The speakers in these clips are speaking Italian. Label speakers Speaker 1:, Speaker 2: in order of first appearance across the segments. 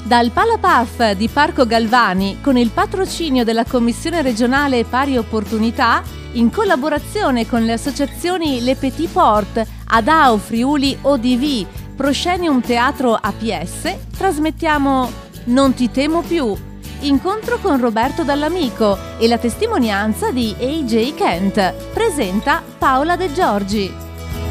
Speaker 1: Dal Palapaf di Parco Galvani, con il patrocinio della Commissione regionale Pari Opportunità, in collaborazione con le associazioni Le Petit Port, Adao Friuli ODV, Proscenium Teatro APS, trasmettiamo Non ti temo più, incontro con Roberto Dall'Amico e la testimonianza di A.J. Kent. Presenta Paola De Giorgi.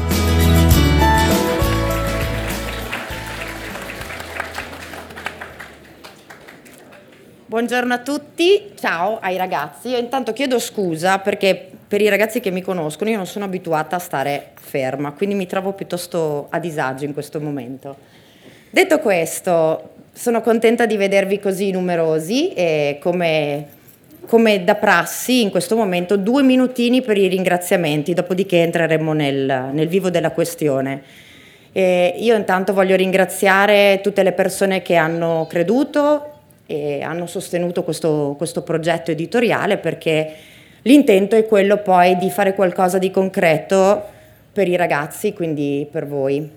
Speaker 2: Buongiorno a tutti, ciao ai ragazzi. Io intanto chiedo scusa perché per i ragazzi che mi conoscono io non sono abituata a stare ferma, quindi mi trovo piuttosto a disagio in questo momento. Detto questo, sono contenta di vedervi così numerosi e come da prassi in questo momento 2 minutini per i ringraziamenti, dopodiché entreremo nel vivo della questione. Io intanto voglio ringraziare tutte le persone che hanno creduto e hanno sostenuto questo progetto editoriale, perché l'intento è quello poi di fare qualcosa di concreto per i ragazzi, quindi per voi.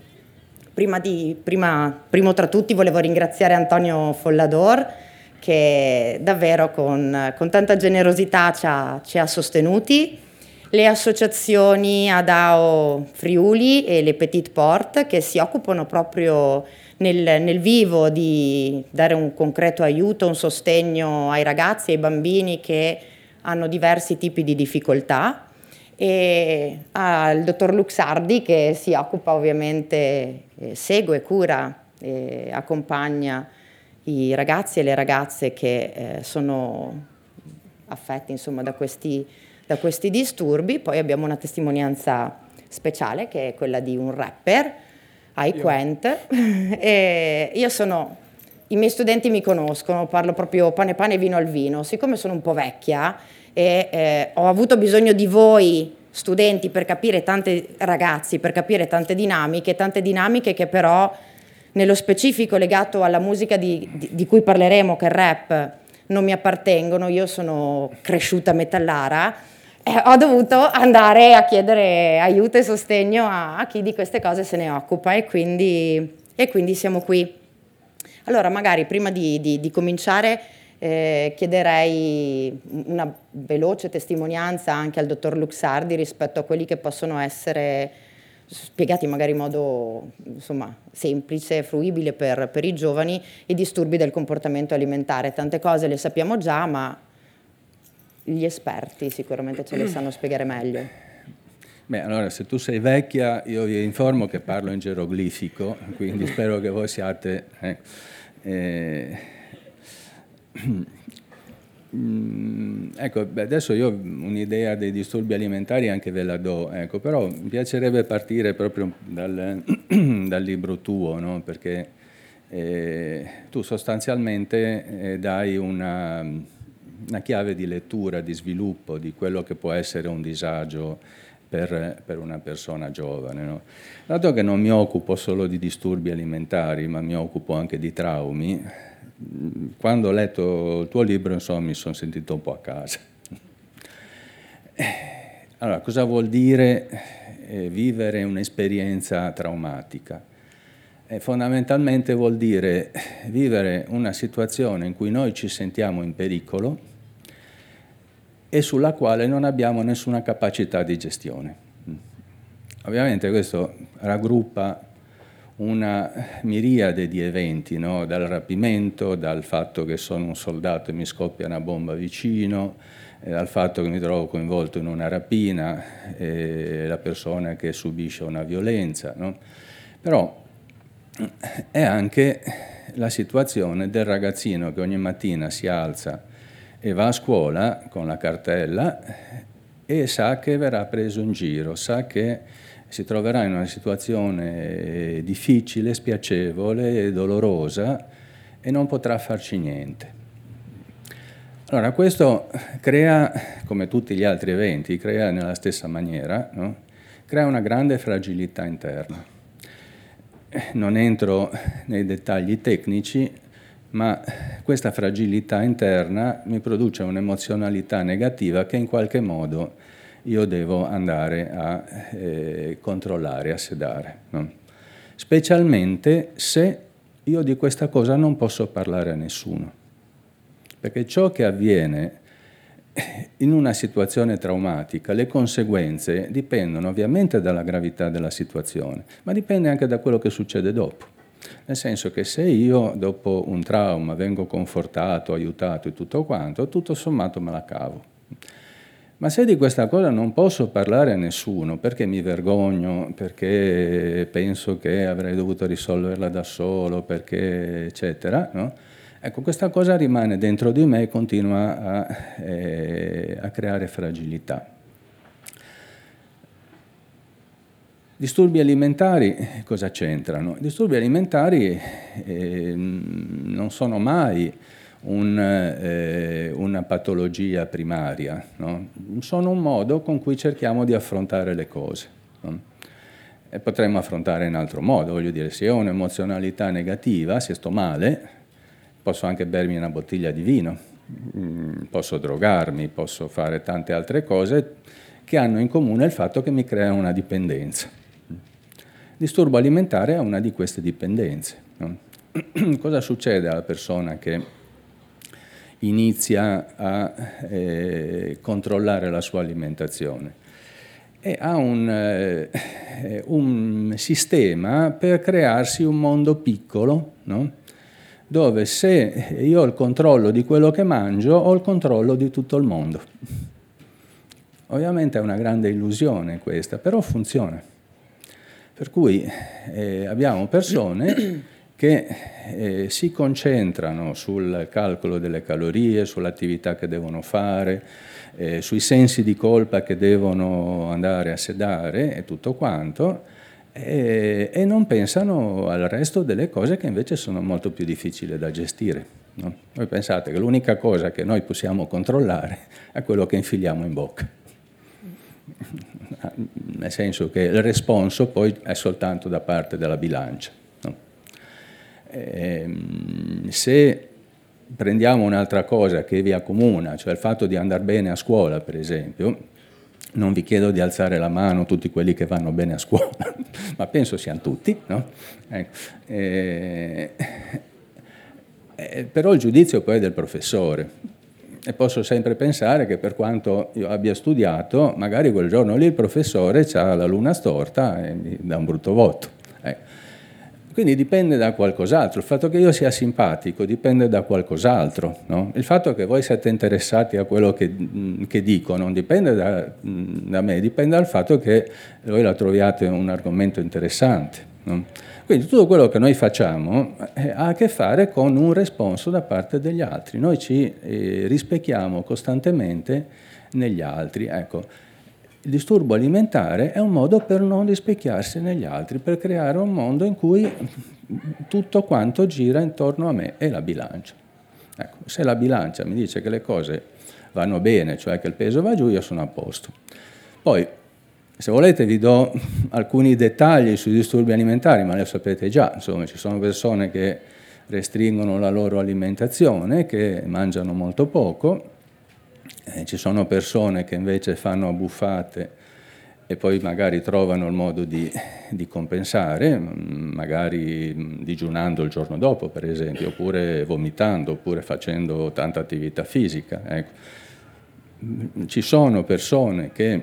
Speaker 2: Primo tra tutti volevo ringraziare Antonio Follador, che davvero con tanta generosità ci ha sostenuti, le associazioni Adao Friuli e le Petit Port, che si occupano proprio nel vivo di dare un concreto aiuto, un sostegno ai ragazzi e ai bambini che hanno diversi tipi di difficoltà, e al dottor Luxardi, che si occupa ovviamente, segue, cura e accompagna i ragazzi e le ragazze che sono affetti insomma da questi disturbi. Poi abbiamo una testimonianza speciale che è quella di un rapper, Quent. E i miei studenti mi conoscono, parlo proprio pane vino al vino. Siccome sono un po' vecchia e ho avuto bisogno di voi studenti per capire per capire tante dinamiche che però nello specifico legato alla musica di cui parleremo, che è il rap, non mi appartengono. Io sono cresciuta metallara, ho dovuto andare a chiedere aiuto e sostegno a chi di queste cose se ne occupa, e quindi siamo qui. Allora, magari prima di cominciare chiederei una veloce testimonianza anche al dottor Luxardi rispetto a quelli che possono essere spiegati magari in modo insomma semplice, fruibile per i giovani, i disturbi del comportamento alimentare. Tante cose le sappiamo già, ma gli esperti sicuramente ce le sanno spiegare meglio.
Speaker 3: Beh, allora, se tu sei vecchia, io vi informo che parlo in geroglifico, quindi spero che voi siate... Ecco, adesso io un'idea dei disturbi alimentari anche ve la do, ecco, però mi piacerebbe partire proprio dal libro tuo, no? Perché tu sostanzialmente dai una chiave di lettura, di sviluppo di quello che può essere un disagio per una persona giovane, no? Dato che non mi occupo solo di disturbi alimentari, ma mi occupo anche di traumi, quando ho letto il tuo libro, insomma, mi sono sentito un po' a casa. Allora, cosa vuol dire vivere un'esperienza traumatica? Fondamentalmente vuol dire vivere una situazione in cui noi ci sentiamo in pericolo e sulla quale non abbiamo nessuna capacità di gestione. Ovviamente questo raggruppa una miriade di eventi, no? Dal rapimento, dal fatto che sono un soldato e mi scoppia una bomba vicino, dal fatto che mi trovo coinvolto in una rapina, la persona che subisce una violenza, no? Però è anche la situazione del ragazzino che ogni mattina si alza e va a scuola con la cartella e sa che verrà preso in giro, sa che si troverà in una situazione difficile, spiacevole, dolorosa, e non potrà farci niente. Allora, questo crea, come tutti gli altri eventi, crea nella stessa maniera, no? Crea una grande fragilità interna. Non entro nei dettagli tecnici, ma questa fragilità interna mi produce un'emozionalità negativa che in qualche modo io devo andare a controllare, a sedare, no? Specialmente se io di questa cosa non posso parlare a nessuno, perché ciò che avviene in una situazione traumatica, le conseguenze dipendono ovviamente dalla gravità della situazione, ma dipende anche da quello che succede dopo. Nel senso che se io dopo un trauma vengo confortato, aiutato e tutto quanto, tutto sommato me la cavo. Ma se di questa cosa non posso parlare a nessuno, perché mi vergogno, perché penso che avrei dovuto risolverla da solo, perché eccetera, no? Ecco, questa cosa rimane dentro di me e continua a creare fragilità. Disturbi alimentari cosa c'entrano? I disturbi alimentari non sono mai una patologia primaria, no? Sono un modo con cui cerchiamo di affrontare le cose, no? E potremmo affrontare in altro modo, voglio dire, se ho un'emozionalità negativa, se sto male, posso anche bermi una bottiglia di vino, posso drogarmi, posso fare tante altre cose che hanno in comune il fatto che mi crea una dipendenza. Il disturbo alimentare è una di queste dipendenze, no? Cosa succede alla persona che inizia a controllare la sua alimentazione? E ha un sistema per crearsi un mondo piccolo, no? Dove se io ho il controllo di quello che mangio, ho il controllo di tutto il mondo. Ovviamente è una grande illusione questa, però funziona. Per cui abbiamo persone che si concentrano sul calcolo delle calorie, sull'attività che devono fare, sui sensi di colpa che devono andare a sedare e tutto quanto, e non pensano al resto delle cose che invece sono molto più difficili da gestire, no? Voi pensate che l'unica cosa che noi possiamo controllare è quello che infiliamo in bocca, nel senso che il responso poi è soltanto da parte della bilancia, no? Se prendiamo un'altra cosa che vi accomuna, cioè il fatto di andare bene a scuola, per esempio, non vi chiedo di alzare la mano tutti quelli che vanno bene a scuola, ma penso siano tutti, no? Però il giudizio poi è del professore, e posso sempre pensare che per quanto io abbia studiato, magari quel giorno lì il professore ha la luna storta e mi dà un brutto voto. Quindi dipende da qualcos'altro. Il fatto che io sia simpatico dipende da qualcos'altro, no? Il fatto che voi siete interessati a quello che dico non dipende da me, dipende dal fatto che voi la troviate un argomento interessante, no? Quindi tutto quello che noi facciamo ha a che fare con un responso da parte degli altri. Noi ci rispecchiamo costantemente negli altri. Ecco, il disturbo alimentare è un modo per non rispecchiarsi negli altri, per creare un mondo in cui tutto quanto gira intorno a me e la bilancia. Ecco, se la bilancia mi dice che le cose vanno bene, cioè che il peso va giù, io sono a posto. Poi, se volete vi do alcuni dettagli sui disturbi alimentari, ma lo sapete già, insomma, ci sono persone che restringono la loro alimentazione, che mangiano molto poco, ci sono persone che invece fanno abbuffate e poi magari trovano il modo di compensare, magari digiunando il giorno dopo, per esempio, oppure vomitando, oppure facendo tanta attività fisica. Ecco. Ci sono persone che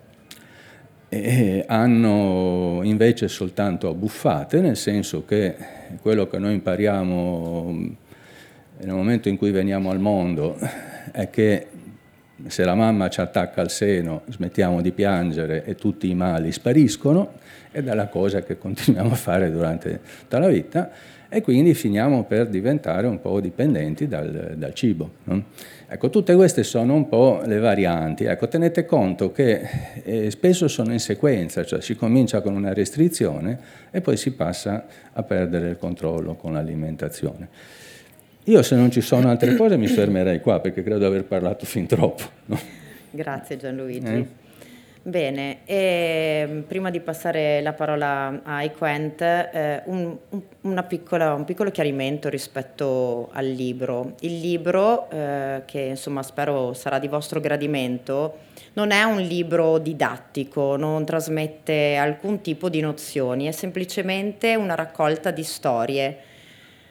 Speaker 3: hanno invece soltanto abbuffate, nel senso che quello che noi impariamo nel momento in cui veniamo al mondo è che se la mamma ci attacca al seno smettiamo di piangere e tutti i mali spariscono, ed è la cosa che continuiamo a fare durante tutta la vita, e quindi finiamo per diventare un po' dipendenti dal cibo, no? Ecco, tutte queste sono un po' le varianti. Ecco, tenete conto che spesso sono in sequenza, cioè si comincia con una restrizione e poi si passa a perdere il controllo con l'alimentazione. Io, se non ci sono altre cose, mi fermerei qua, perché credo di aver parlato fin troppo, no?
Speaker 2: Grazie Gianluigi. Bene, e prima di passare la parola a Equent, un piccolo chiarimento rispetto al libro. Il libro, che insomma spero sarà di vostro gradimento, non è un libro didattico, non trasmette alcun tipo di nozioni, è semplicemente una raccolta di storie.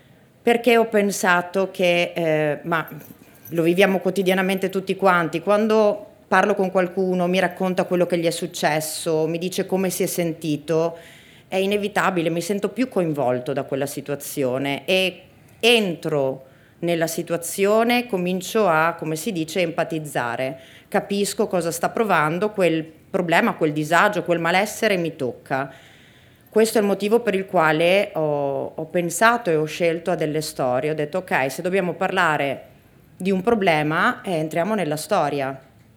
Speaker 2: perché ho pensato che, ma lo viviamo quotidianamente tutti quanti, quando parlo con qualcuno, mi racconta quello che gli è successo, mi dice come si è sentito, è inevitabile, mi sento più coinvolto da quella situazione e entro nella situazione, comincio a, come si dice, empatizzare, capisco cosa sta provando, quel problema, quel disagio, quel malessere mi tocca. Questo è il motivo per il quale ho pensato e ho scelto a delle storie, ho detto ok, se dobbiamo parlare di un problema, entriamo nella storia,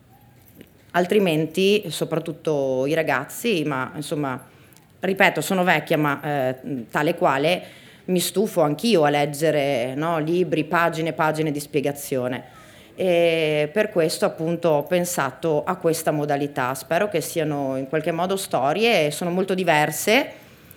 Speaker 2: altrimenti, soprattutto i ragazzi, ma insomma, ripeto, sono vecchia, ma tale quale mi stufo anch'io a leggere, no, libri, pagine e pagine di spiegazione. E per questo appunto ho pensato a questa modalità. Spero che siano in qualche modo storie, sono molto diverse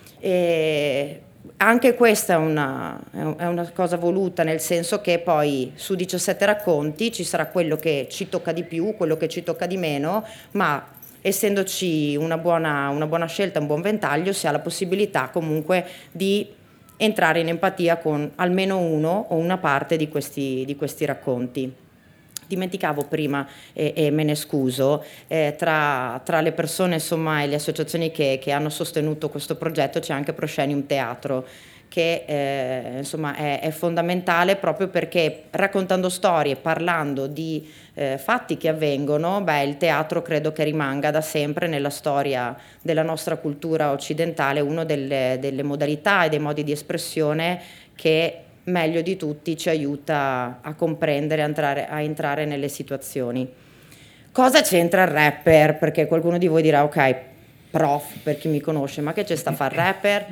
Speaker 2: e anche questa è una cosa voluta, nel senso che poi su 17 racconti ci sarà quello che ci tocca di più, quello che ci tocca di meno, ma essendoci una buona scelta, un buon ventaglio, si ha la possibilità comunque di entrare in empatia con almeno uno o una parte di questi racconti. Dimenticavo prima, e me ne scuso, tra le persone insomma, e le associazioni che hanno sostenuto questo progetto c'è anche Proscenium Teatro, che insomma è fondamentale proprio perché raccontando storie, parlando di fatti che avvengono, il teatro credo che rimanga da sempre nella storia della nostra cultura occidentale una delle modalità e dei modi di espressione che meglio di tutti ci aiuta a comprendere, a entrare nelle situazioni. Cosa c'entra il rapper? Perché qualcuno di voi dirà ok, prof, per chi mi conosce, ma che c'è sta a fare rapper?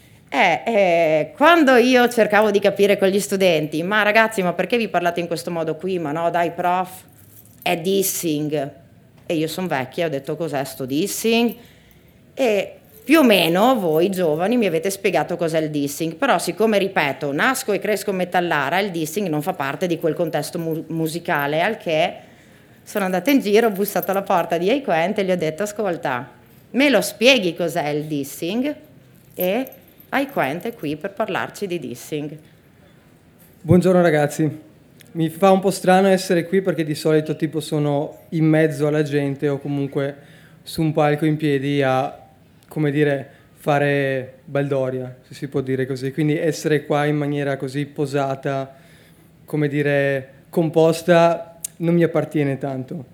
Speaker 2: Quando io cercavo di capire con gli studenti, ma ragazzi, ma perché vi parlate in questo modo qui? Ma no, dai prof, è dissing. E io sono vecchia, ho detto cos'è sto dissing? E più o meno voi giovani mi avete spiegato cos'è il dissing, però siccome, ripeto, nasco e cresco metallara, il dissing non fa parte di quel contesto musicale, al che sono andata in giro, ho bussato alla porta di Aiquent e gli ho detto ascolta, me lo spieghi cos'è il dissing? E Aiquent è qui per parlarci di dissing.
Speaker 4: Buongiorno ragazzi, mi fa un po' strano essere qui perché di solito tipo sono in mezzo alla gente o comunque su un palco in piedi a, come dire, fare baldoria, se si può dire così. Quindi essere qua in maniera così posata, come dire, composta, non mi appartiene tanto.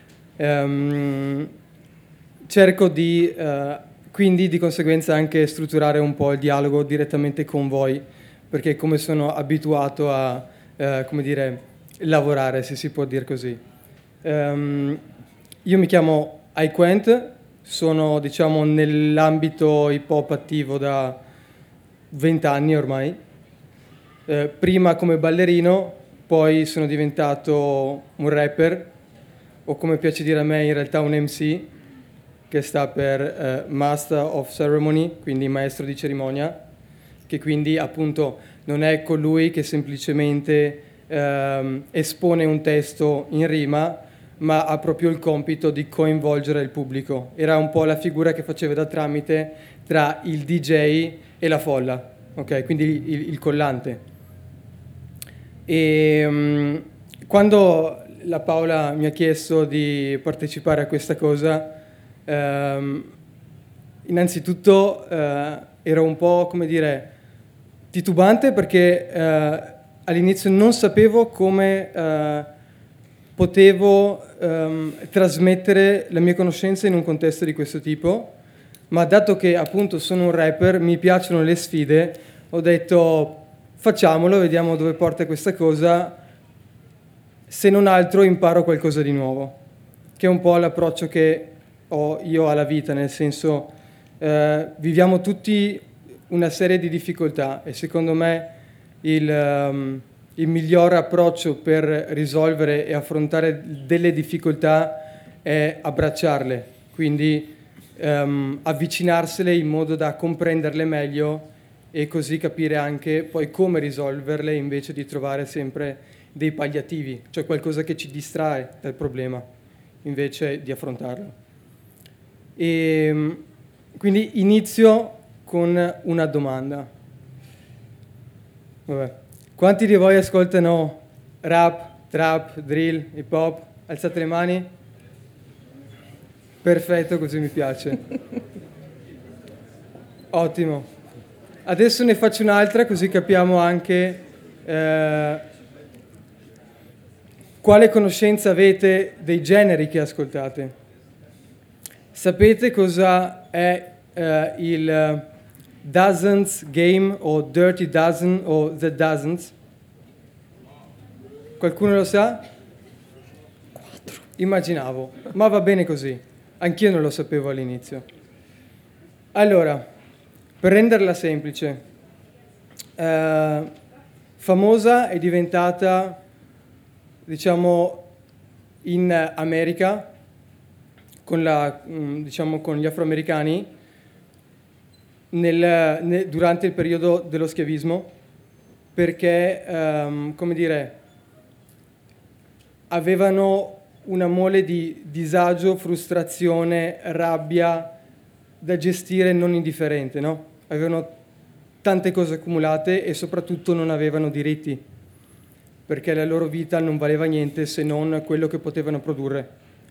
Speaker 4: Cerco di, quindi di conseguenza anche strutturare un po' il dialogo direttamente con voi, perché come sono abituato a, come dire, lavorare, se si può dire così. Io mi chiamo Aiquent, sono diciamo nell'ambito hip hop attivo da 20 anni ormai, prima come ballerino, poi sono diventato un rapper, o come piace dire a me in realtà un MC, che sta per Master of Ceremony, quindi maestro di cerimonia, che quindi appunto non è colui che semplicemente espone un testo in rima, ma ha proprio il compito di coinvolgere il pubblico. Era un po' la figura che faceva da tramite tra il DJ e la folla, ok? Quindi il collante. E quando la Paola mi ha chiesto di partecipare a questa cosa, innanzitutto ero un po', come dire, titubante perché all'inizio non sapevo come potevo trasmettere la mia conoscenza in un contesto di questo tipo, ma dato che appunto sono un rapper, mi piacciono le sfide, ho detto facciamolo, vediamo dove porta questa cosa, se non altro imparo qualcosa di nuovo, che è un po' l'approccio che ho io alla vita, nel senso viviamo tutti una serie di difficoltà e secondo me il miglior approccio per risolvere e affrontare delle difficoltà è abbracciarle, quindi avvicinarsele in modo da comprenderle meglio e così capire anche poi come risolverle invece di trovare sempre dei palliativi, cioè qualcosa che ci distrae dal problema invece di affrontarlo. E quindi inizio con una domanda. Vabbè. Quanti di voi ascoltano rap, trap, drill, hip hop? Alzate le mani. Perfetto, così mi piace. Ottimo. Adesso ne faccio un'altra così capiamo anche quale conoscenza avete dei generi che ascoltate. Sapete cosa è il Dozens Game o Dirty Dozen o The Dozens? Qualcuno lo sa? 4. Immaginavo, ma va bene così. Anch'io non lo sapevo all'inizio. Allora, per renderla semplice, famosa è diventata, diciamo, in America con gli afroamericani durante il periodo dello schiavismo, perché, come dire, avevano una mole di disagio, frustrazione, rabbia da gestire non indifferente, no? Avevano tante cose accumulate e soprattutto non avevano diritti, perché la loro vita non valeva niente se non quello che potevano produrre.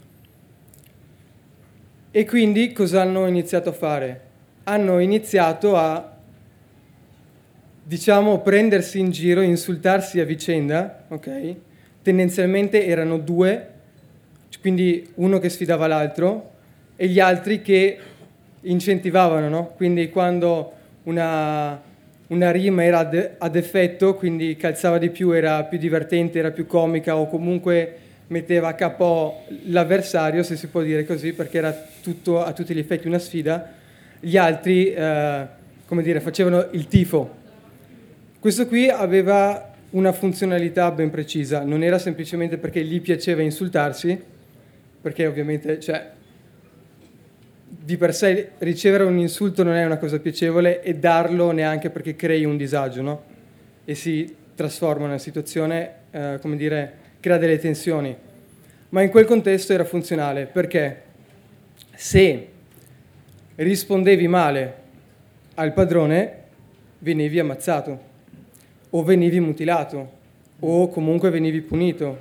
Speaker 4: E quindi cosa hanno iniziato a fare? Hanno iniziato a, diciamo, prendersi in giro, insultarsi a vicenda, ok? Tendenzialmente erano 2, quindi uno che sfidava l'altro e gli altri che incentivavano, no? Quindi quando una rima era ad effetto, quindi calzava di più, era più divertente, era più comica o comunque metteva a capo l'avversario, se si può dire così, perché era tutto a tutti gli effetti una sfida, gli altri, come dire, facevano il tifo. Questo qui aveva una funzionalità ben precisa, non era semplicemente perché gli piaceva insultarsi, perché ovviamente, cioè, di per sé ricevere un insulto non è una cosa piacevole e darlo neanche perché crei un disagio, no? E si trasforma in una situazione, come dire, crea delle tensioni. Ma in quel contesto era funzionale, perché se rispondevi male al padrone, venivi ammazzato, o venivi mutilato, o comunque venivi punito.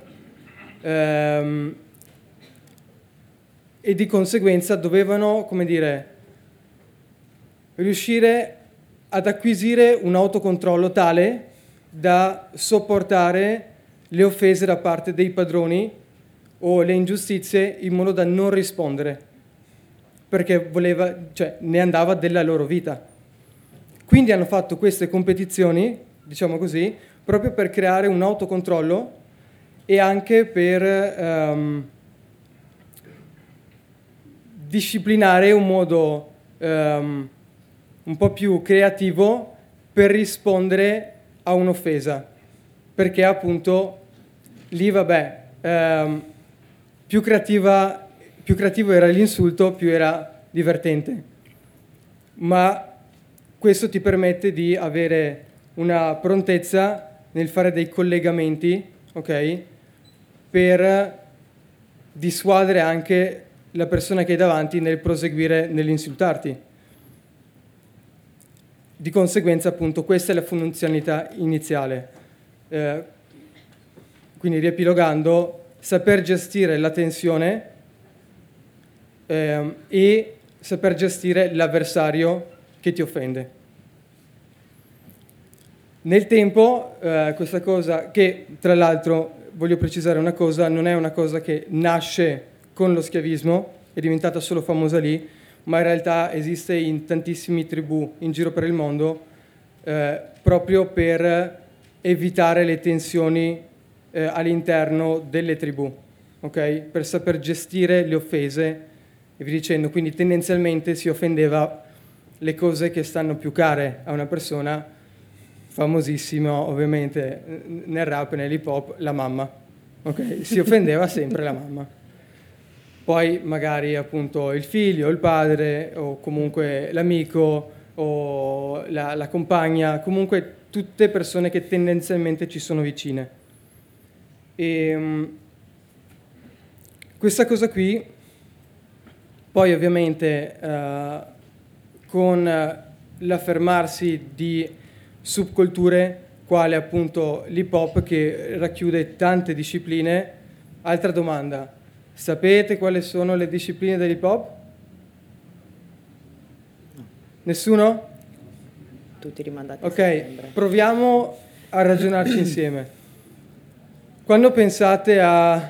Speaker 4: E di conseguenza dovevano, come dire, riuscire ad acquisire un autocontrollo tale da sopportare le offese da parte dei padroni o le ingiustizie in modo da non rispondere, perché ne andava della loro vita. Quindi hanno fatto queste competizioni, diciamo così, proprio per creare un autocontrollo e anche per disciplinare un modo un po' più creativo per rispondere a un'offesa, perché appunto lì, più creativo era l'insulto, più era divertente. Ma questo ti permette di avere una prontezza nel fare dei collegamenti, ok? Per dissuadere anche la persona che hai davanti nel proseguire nell'insultarti. Di conseguenza, appunto, questa è la funzionalità iniziale. Quindi, riepilogando, saper gestire la tensione e saper gestire l'avversario che ti offende. Nel tempo, questa cosa, che tra l'altro, voglio precisare una cosa, non è una cosa che nasce con lo schiavismo, è diventata solo famosa lì, ma in realtà esiste in tantissime tribù in giro per il mondo, proprio per evitare le tensioni all'interno delle tribù, ok? Per saper gestire le offese e via dicendo. Quindi tendenzialmente si offendeva le cose che stanno più care a una persona, famosissimo ovviamente nel rap e nell'hip hop, la mamma, ok? Si offendeva sempre la mamma. Poi magari appunto il figlio, il padre o comunque l'amico o la compagna, comunque tutte persone che tendenzialmente ci sono vicine. E questa cosa qui poi ovviamente con l'affermarsi di subculture quale appunto l'hip hop, che racchiude tante discipline. Altra domanda: sapete quali sono le discipline dell'hip hop? Nessuno?
Speaker 2: Tutti rimandati.
Speaker 4: Ok, proviamo a ragionarci insieme. Quando pensate a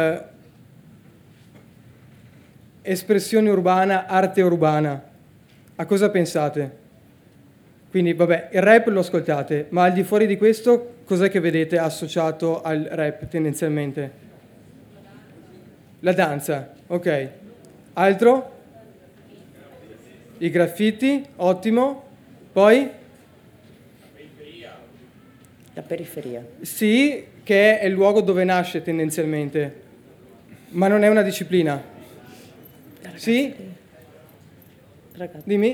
Speaker 4: espressione urbana, arte urbana, a cosa pensate? Quindi, vabbè, il rap lo ascoltate, ma al di fuori di questo, cos'è che vedete associato al rap tendenzialmente? La danza, ok. Altro? I graffiti, ottimo. Poi?
Speaker 2: La periferia.
Speaker 4: Sì, che è il luogo dove nasce tendenzialmente, ma non è una disciplina. Sì?
Speaker 2: Ragazzi.
Speaker 4: Dimmi.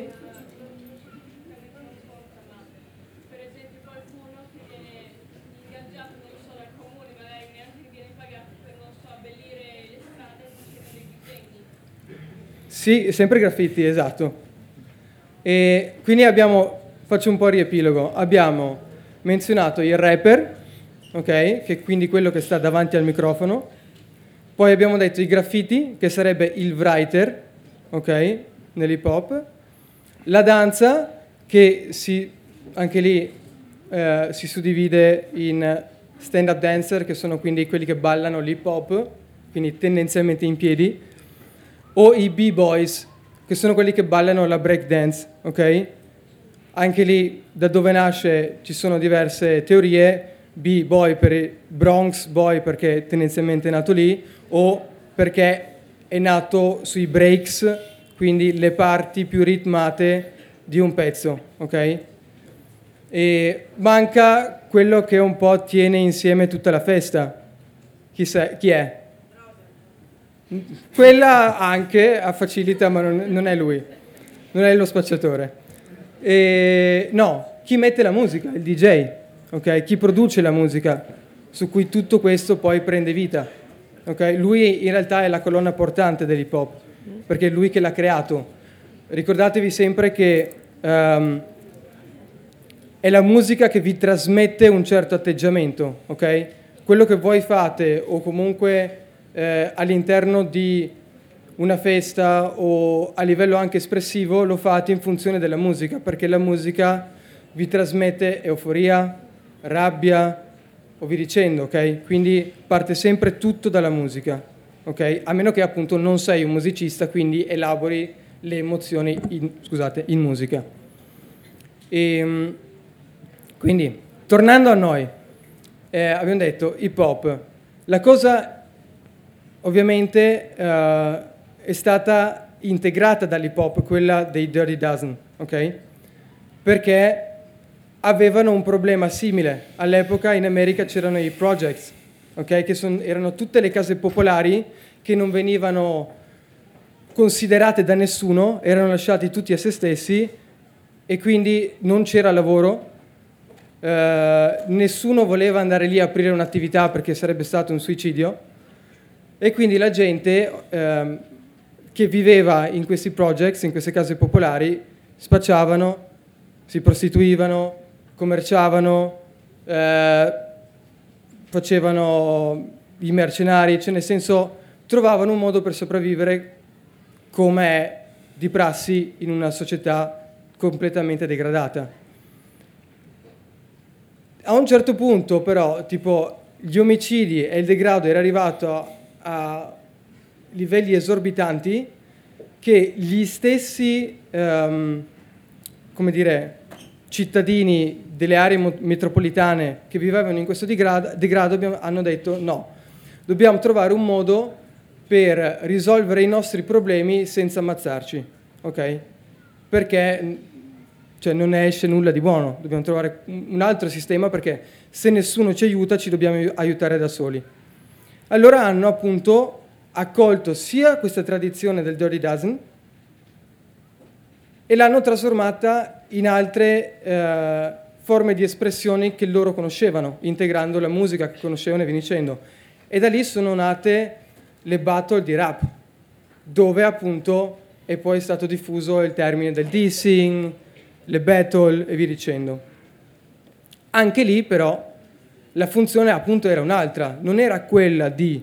Speaker 5: Per esempio qualcuno che viene ingaggiato, non so, dal comune, magari neanche viene pagato per, non so, abbellire le strade e facendo dei disegni.
Speaker 4: Sì, sempre graffiti, esatto. E quindi faccio un po' riepilogo, abbiamo menzionato il rapper, ok, che è quindi quello che sta davanti al microfono, poi abbiamo detto i graffiti, che sarebbe il writer, ok, nell'hip hop, la danza, che anche lì si suddivide in stand-up dancer, che sono quindi quelli che ballano l'hip hop, quindi tendenzialmente in piedi, o i b-boys, che sono quelli che ballano la break dance, ok? Anche lì, da dove nasce, ci sono diverse teorie. B-boy per il Bronx boy, perché tendenzialmente è nato lì, o perché è nato sui breaks, quindi le parti più ritmate di un pezzo, ok? E manca quello che un po' tiene insieme tutta la festa. Chi è? Quella anche facilita, ma non è lui, non è lo spacciatore. No, chi mette la musica? Il DJ, ok? Chi produce la musica, su cui tutto questo poi prende vita, ok? Lui in realtà è la colonna portante dell'hip hop, perché è lui che l'ha creato. Ricordatevi sempre che è la musica che vi trasmette un certo atteggiamento, ok? Quello che voi fate, o comunque all'interno di una festa o a livello anche espressivo, lo fate in funzione della musica, perché la musica vi trasmette euforia, rabbia o vi dicendo, ok? Quindi parte sempre tutto dalla musica, ok? A meno che appunto non sei un musicista, quindi elabori le emozioni in musica. Quindi, tornando a noi, abbiamo detto hip hop. La cosa ovviamente è stata integrata dall'hip hop, quella dei Dirty Dozen, ok? Perché avevano un problema simile. All'epoca in America c'erano i projects, ok? Che erano tutte le case popolari che non venivano considerate da nessuno, erano lasciati tutti a se stessi e quindi non c'era lavoro. Nessuno voleva andare lì a aprire un'attività perché sarebbe stato un suicidio. E quindi la gente che viveva in questi projects, in queste case popolari, spacciavano, si prostituivano, commerciavano, facevano i mercenari, cioè nel senso trovavano un modo per sopravvivere come è di prassi in una società completamente degradata. A un certo punto però, tipo, gli omicidi e il degrado era arrivato a livelli esorbitanti che gli stessi cittadini delle aree metropolitane che vivevano in questo degrado hanno detto no, dobbiamo trovare un modo per risolvere i nostri problemi senza ammazzarci, ok? Perché non ne esce nulla di buono, dobbiamo trovare un altro sistema, perché se nessuno ci aiuta ci dobbiamo aiutare da soli. Allora hanno appunto accolto sia questa tradizione del Dirty Dozen e l'hanno trasformata in altre forme di espressioni che loro conoscevano, integrando la musica che conoscevano e via dicendo. E da lì sono nate le battle di rap, dove appunto è poi stato diffuso il termine del dissing, le battle e via dicendo. Anche lì però la funzione appunto era un'altra, non era quella di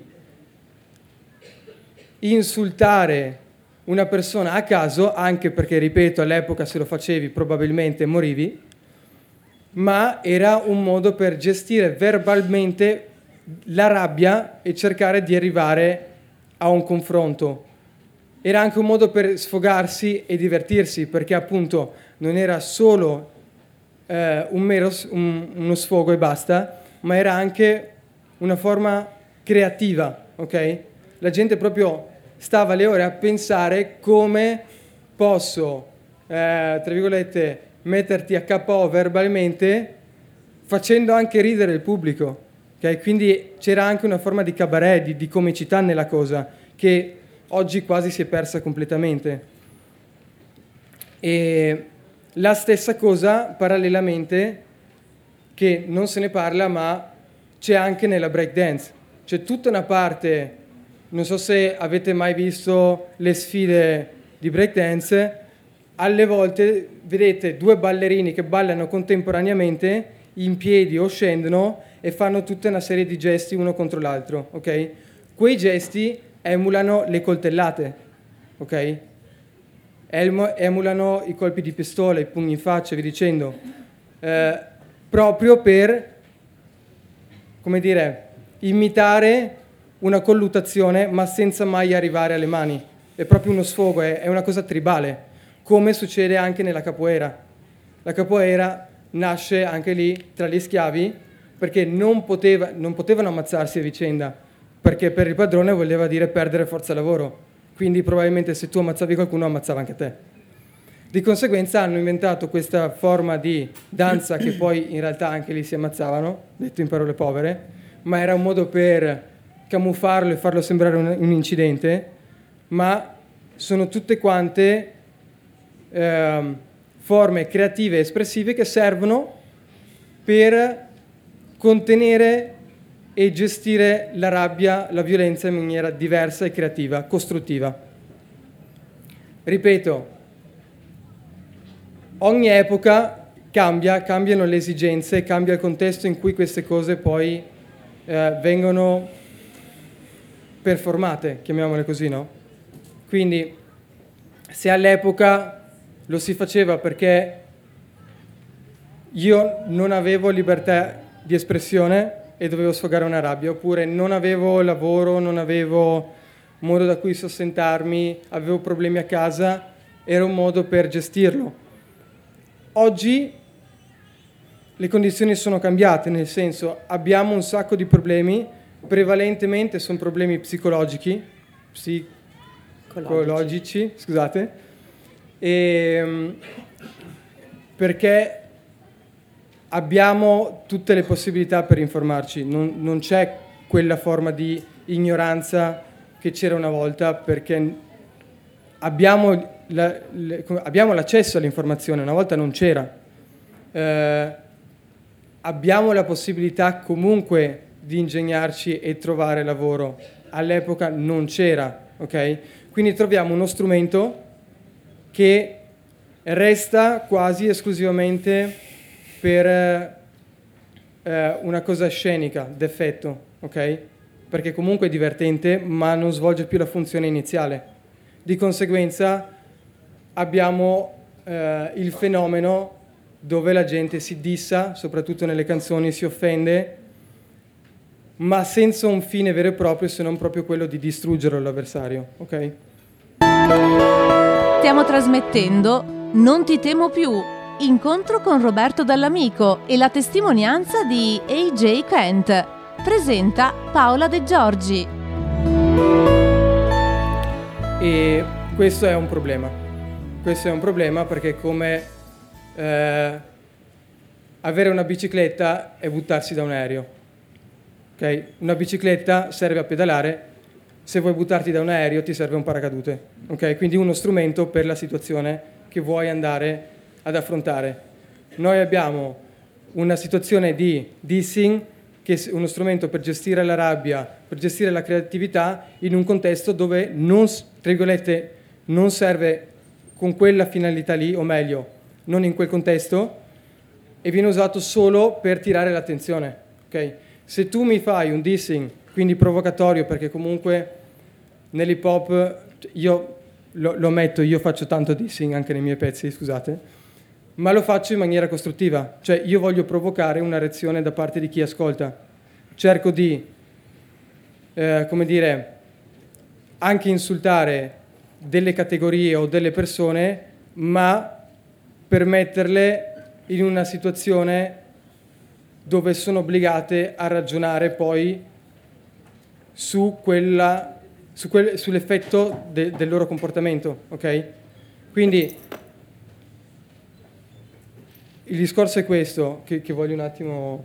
Speaker 4: insultare una persona a caso, anche perché, ripeto, all'epoca se lo facevi probabilmente morivi, ma era un modo per gestire verbalmente la rabbia e cercare di arrivare a un confronto. Era anche un modo per sfogarsi e divertirsi, perché appunto non era solo uno sfogo e basta, ma era anche una forma creativa, ok? La gente proprio stava le ore a pensare come posso, tra virgolette, metterti a KO verbalmente, facendo anche ridere il pubblico, ok? Quindi c'era anche una forma di cabaret, di comicità nella cosa, che oggi quasi si è persa completamente. E la stessa cosa, parallelamente, che non se ne parla, ma c'è anche nella breakdance. C'è tutta una parte, non so se avete mai visto le sfide di breakdance, alle volte vedete due ballerini che ballano contemporaneamente, in piedi o scendono, e fanno tutta una serie di gesti uno contro l'altro, ok? Quei gesti emulano le coltellate, ok? Emulano i colpi di pistola, i pugni in faccia, vi dicendo, proprio per, come dire, imitare una colluttazione, ma senza mai arrivare alle mani. È proprio uno sfogo, è una cosa tribale, come succede anche nella capoeira. La capoeira nasce anche lì tra gli schiavi, perché non potevano ammazzarsi a vicenda, perché per il padrone voleva dire perdere forza lavoro. Quindi probabilmente se tu ammazzavi qualcuno ammazzava anche te. Di conseguenza hanno inventato questa forma di danza che poi in realtà anche lì si ammazzavano, detto in parole povere, ma era un modo per camuffarlo e farlo sembrare un incidente, ma sono tutte quante forme creative e espressive che servono per contenere e gestire la rabbia, la violenza in maniera diversa e creativa, costruttiva. Ripeto, ogni epoca cambiano le esigenze, cambia il contesto in cui queste cose poi vengono performate, chiamiamole così, no? Quindi se all'epoca lo si faceva perché io non avevo libertà di espressione e dovevo sfogare una rabbia, oppure non avevo lavoro, non avevo modo da cui sostentarmi, avevo problemi a casa, era un modo per gestirlo. Oggi le condizioni sono cambiate, nel senso abbiamo un sacco di problemi, prevalentemente sono problemi psicologici, scusate, perché abbiamo tutte le possibilità per informarci, non c'è quella forma di ignoranza che c'era una volta, perché abbiamo l'accesso all'informazione, una volta non c'era. Abbiamo la possibilità comunque di ingegnarci e trovare lavoro, all'epoca non c'era, ok? Quindi troviamo uno strumento che resta quasi esclusivamente per una cosa scenica, d'effetto, ok? Perché comunque è divertente, ma non svolge più la funzione iniziale. Di conseguenza abbiamo il fenomeno dove la gente si dissa, soprattutto nelle canzoni, si offende, ma senza un fine vero e proprio, se non proprio quello di distruggere l'avversario, ok?
Speaker 1: Stiamo trasmettendo Non ti temo più, incontro con Roberto Dall'Amico e la testimonianza di AJ Kent. Presenta Paola De Giorgi.
Speaker 4: E questo è un problema. Questo è un problema perché come avere una bicicletta è buttarsi da un aereo. Okay? Una bicicletta serve a pedalare, se vuoi buttarti da un aereo ti serve un paracadute. Okay? Quindi uno strumento per la situazione che vuoi andare ad affrontare. Noi abbiamo una situazione di dissing, che è uno strumento per gestire la rabbia, per gestire la creatività in un contesto dove non, tra virgolette, non serve con quella finalità lì, o meglio, non in quel contesto, e viene usato solo per tirare l'attenzione, ok? Se tu mi fai un dissing, quindi provocatorio, perché comunque nell'hip hop io lo ammetto, io faccio tanto dissing anche nei miei pezzi, scusate, ma lo faccio in maniera costruttiva, cioè io voglio provocare una reazione da parte di chi ascolta. Cerco di, come dire, anche insultare delle categorie o delle persone, ma per metterle in una situazione dove sono obbligate a ragionare poi sull'effetto del loro comportamento, ok? Quindi il discorso è questo, che voglio un attimo...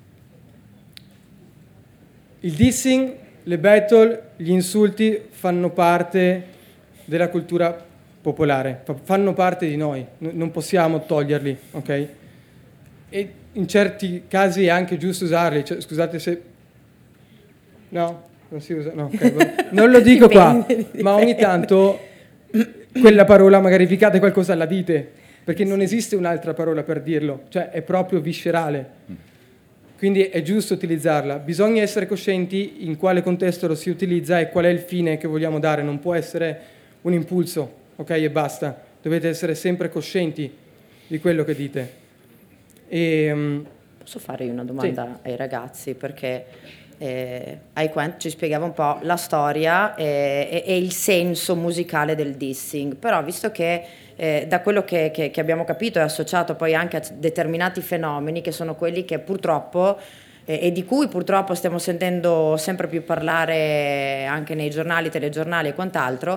Speaker 4: Il dissing, le battle, gli insulti fanno parte della cultura popolare, fanno parte di noi, non possiamo toglierli, ok? E in certi casi è anche giusto usarli, cioè, scusate se... No? Non si usa? No, okay, non lo dico qua, ma ogni tanto quella parola magari vi cade qualcosa alla dite, perché non esiste un'altra parola per dirlo, cioè è proprio viscerale. Quindi è giusto utilizzarla. Bisogna essere coscienti in quale contesto lo si utilizza e qual è il fine che vogliamo dare. Non può essere un impulso, ok? E basta. Dovete essere sempre coscienti di quello che dite.
Speaker 2: Posso fare una domanda ai ragazzi? Perché Aiquent ci spiegava un po' la storia e il senso musicale del dissing, però visto che da quello che abbiamo capito è associato poi anche a determinati fenomeni che sono quelli che purtroppo e di cui purtroppo stiamo sentendo sempre più parlare anche nei giornali, telegiornali e quant'altro,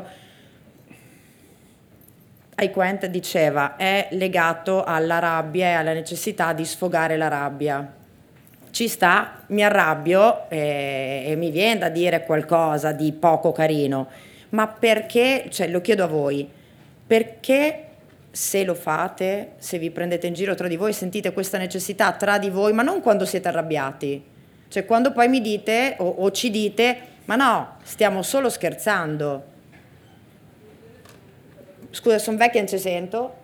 Speaker 2: Aiquent diceva è legato alla rabbia e alla necessità di sfogare la rabbia. Ci sta, mi arrabbio e mi viene da dire qualcosa di poco carino, ma perché, cioè lo chiedo a voi, perché se lo fate, se vi prendete in giro tra di voi, sentite questa necessità tra di voi, ma non quando siete arrabbiati, cioè quando poi mi dite o ci dite, ma no, stiamo solo scherzando. Scusa, sono vecchia e non ci sento.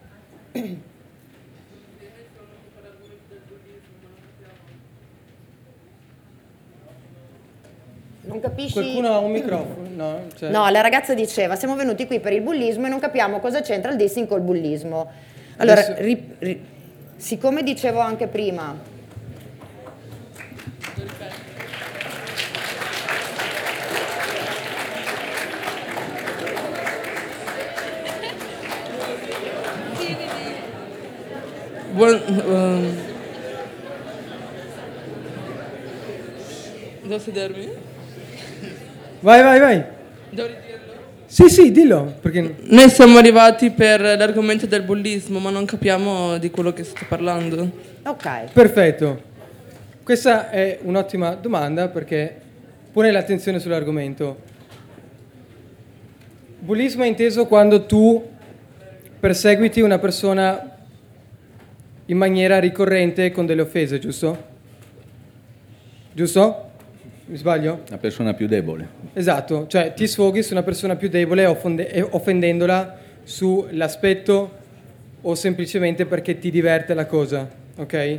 Speaker 2: Non capisci?
Speaker 4: Qualcuno ha un microfono? No, cioè...
Speaker 2: No, la ragazza diceva siamo venuti qui per il bullismo e non capiamo cosa c'entra il dissing col bullismo. Allora,
Speaker 4: Adesso...
Speaker 2: siccome dicevo anche prima
Speaker 6: devo sedermi?
Speaker 4: Vai.
Speaker 6: Devo ridirlo?
Speaker 4: Sì, dillo, perché...
Speaker 6: Noi siamo arrivati per l'argomento del bullismo, ma non capiamo di quello che state parlando.
Speaker 2: ok.
Speaker 4: Perfetto. Questa è un'ottima domanda perché pone l'attenzione sull'argomento. Bullismo è inteso quando tu perseguiti una persona in maniera ricorrente con delle offese, giusto? Giusto? Mi sbaglio?
Speaker 3: La persona più debole.
Speaker 4: Esatto, cioè ti sfoghi su una persona più debole offendendola sull'aspetto o semplicemente perché ti diverte la cosa, ok?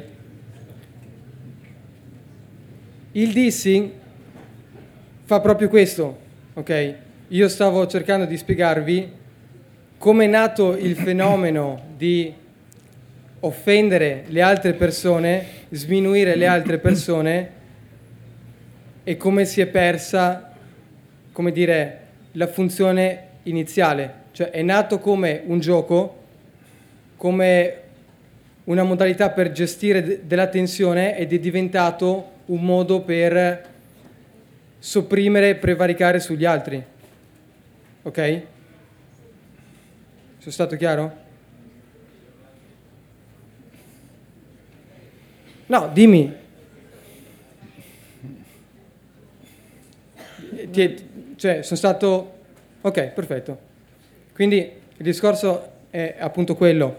Speaker 4: Il dissing fa proprio questo, ok? Io stavo cercando di spiegarvi come è nato il fenomeno di offendere le altre persone, sminuire le altre persone e come si è persa, come dire, la funzione iniziale. Cioè è nato come un gioco, come una modalità per gestire della tensione ed è diventato un modo per sopprimere e prevaricare sugli altri. Ok? Sono stato chiaro? No, dimmi. Cioè, sono stato... Ok, perfetto. Quindi il discorso è appunto quello.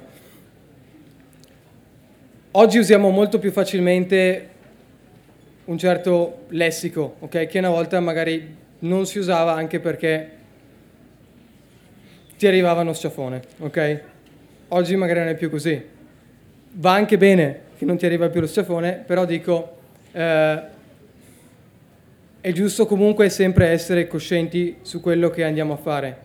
Speaker 4: Oggi usiamo molto più facilmente un certo lessico, ok? Che una volta magari non si usava anche perché ti arrivava uno schiaffone, ok? Oggi magari non è più così. Va anche bene che non ti arriva più lo schiaffone, però dico, è giusto comunque sempre essere coscienti su quello che andiamo a fare.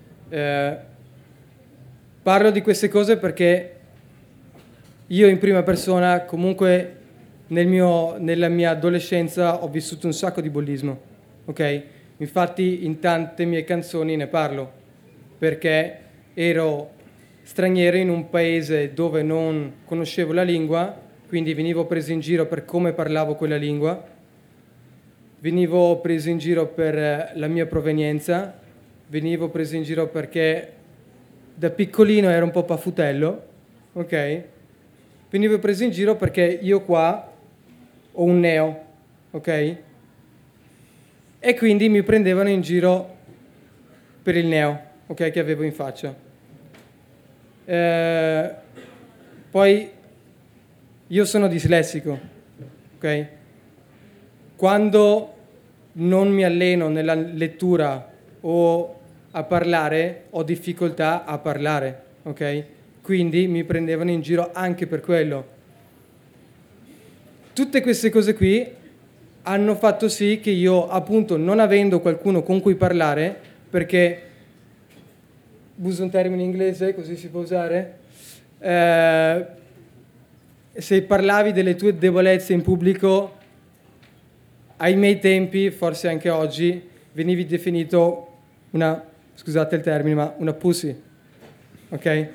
Speaker 4: Parlo di queste cose perché io in prima persona comunque nella mia adolescenza ho vissuto un sacco di bullismo, ok? Infatti in tante mie canzoni ne parlo, perché ero straniero in un paese dove non conoscevo la lingua, quindi venivo preso in giro per come parlavo quella lingua, venivo preso in giro per la mia provenienza, venivo preso in giro perché da piccolino ero un po' paffutello, ok? Venivo preso in giro perché io qua ho un neo, ok? E quindi mi prendevano in giro per il neo, ok, che avevo in faccia. Poi io sono dislessico, ok? Quando non mi alleno nella lettura o a parlare, ho difficoltà a parlare, ok? Quindi mi prendevano in giro anche per quello. Tutte queste cose qui hanno fatto sì che io, appunto, non avendo qualcuno con cui parlare, perché uso un termine inglese, così si può usare, se parlavi delle tue debolezze in pubblico, ai miei tempi, forse anche oggi, venivi definito una, scusate il termine, ma una pussy, ok?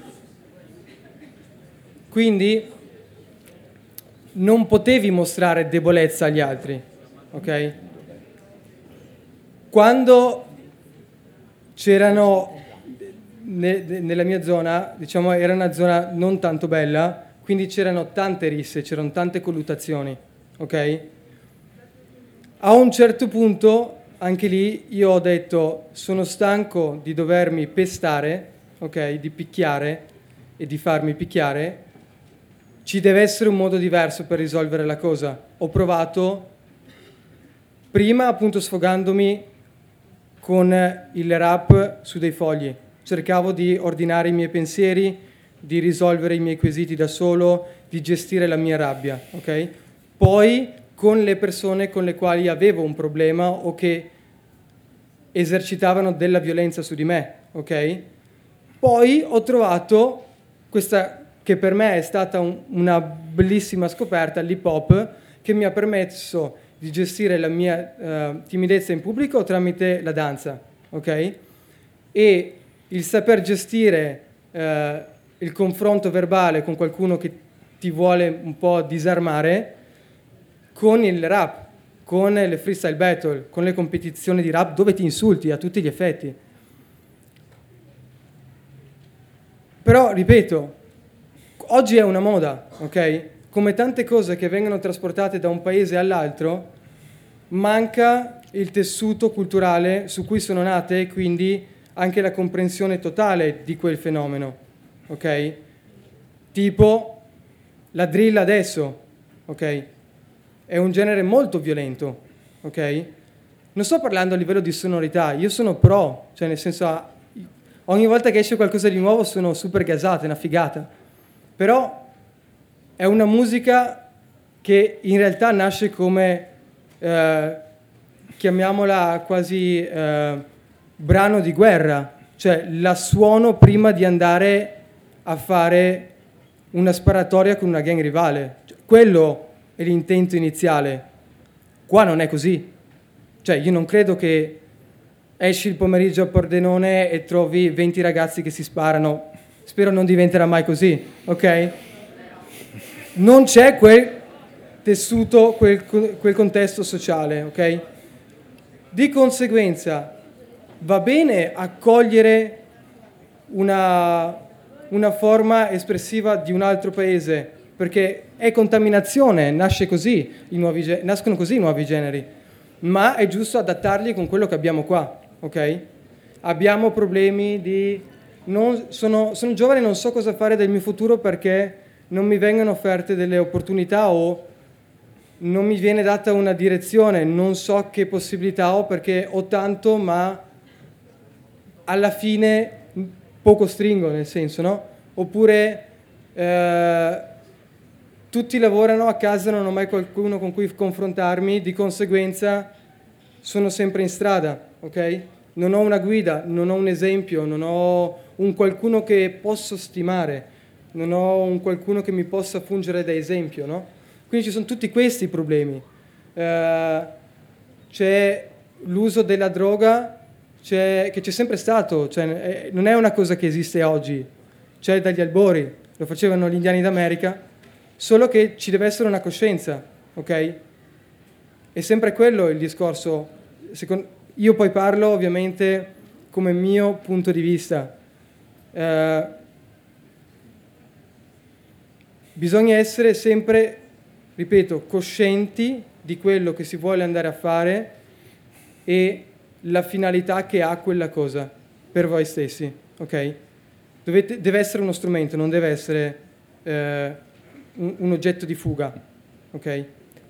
Speaker 4: Quindi non potevi mostrare debolezza agli altri, ok? Quando c'erano nella mia zona, diciamo, era una zona non tanto bella, quindi c'erano tante risse, c'erano tante colluttazioni, ok? A un certo punto, anche lì, io ho detto, sono stanco di dovermi pestare, ok? Di picchiare e di farmi picchiare, ci deve essere un modo diverso per risolvere la cosa. Ho provato, prima appunto sfogandomi con il rap su dei fogli. Cercavo di ordinare i miei pensieri, di risolvere i miei quesiti da solo, di gestire la mia rabbia, ok? Poi con le persone con le quali avevo un problema o che esercitavano della violenza su di me, ok? Poi ho trovato questa, che per me è stata una bellissima scoperta, l'hip hop, che mi ha permesso di gestire la mia timidezza in pubblico tramite la danza, ok? E il saper gestire il confronto verbale con qualcuno che ti vuole un po' disarmare con il rap, con le freestyle battle, con le competizioni di rap dove ti insulti a tutti gli effetti. Però, ripeto, oggi è una moda, ok? Come tante cose che vengono trasportate da un paese all'altro, manca il tessuto culturale su cui sono nate e quindi anche la comprensione totale di quel fenomeno, ok? Tipo la drill adesso, ok? È un genere molto violento, ok? Non sto parlando a livello di sonorità, io sono pro, cioè nel senso, ogni volta che esce qualcosa di nuovo sono super gasata, è una figata. Però è una musica che in realtà nasce come, chiamiamola quasi brano di guerra, cioè la suono prima di andare a fare una sparatoria con una gang rivale. Quello è l'intento iniziale. Qua non è così. Cioè io non credo che esci il pomeriggio a Pordenone e trovi 20 ragazzi che si sparano. Spero non diventerà mai così, ok? Non c'è quel tessuto, quel contesto sociale, ok? Di conseguenza va bene accogliere una forma espressiva di un altro paese, perché è contaminazione, nascono così i nuovi generi, ma è giusto adattarli con quello che abbiamo qua, ok? Abbiamo problemi di... sono giovane e non so cosa fare del mio futuro perché non mi vengono offerte delle opportunità o non mi viene data una direzione, non so che possibilità ho perché ho tanto, ma alla fine poco stringo, nel senso, no? Oppure tutti lavorano a casa, non ho mai qualcuno con cui confrontarmi, di conseguenza sono sempre in strada, ok? Non ho una guida, non ho un esempio, non ho un qualcuno che posso stimare, non ho un qualcuno che mi possa fungere da esempio, no? Quindi ci sono tutti questi problemi. C'è l'uso della droga che c'è sempre stato, cioè, non è una cosa che esiste oggi, c'è dagli albori, lo facevano gli indiani d'America, solo che ci deve essere una coscienza, ok? È sempre quello il discorso. Io poi parlo ovviamente come mio punto di vista. Bisogna essere sempre, ripeto, coscienti di quello che si vuole andare a fare e la finalità che ha quella cosa per voi stessi, ok? Deve essere uno strumento, non deve essere un oggetto di fuga, ok?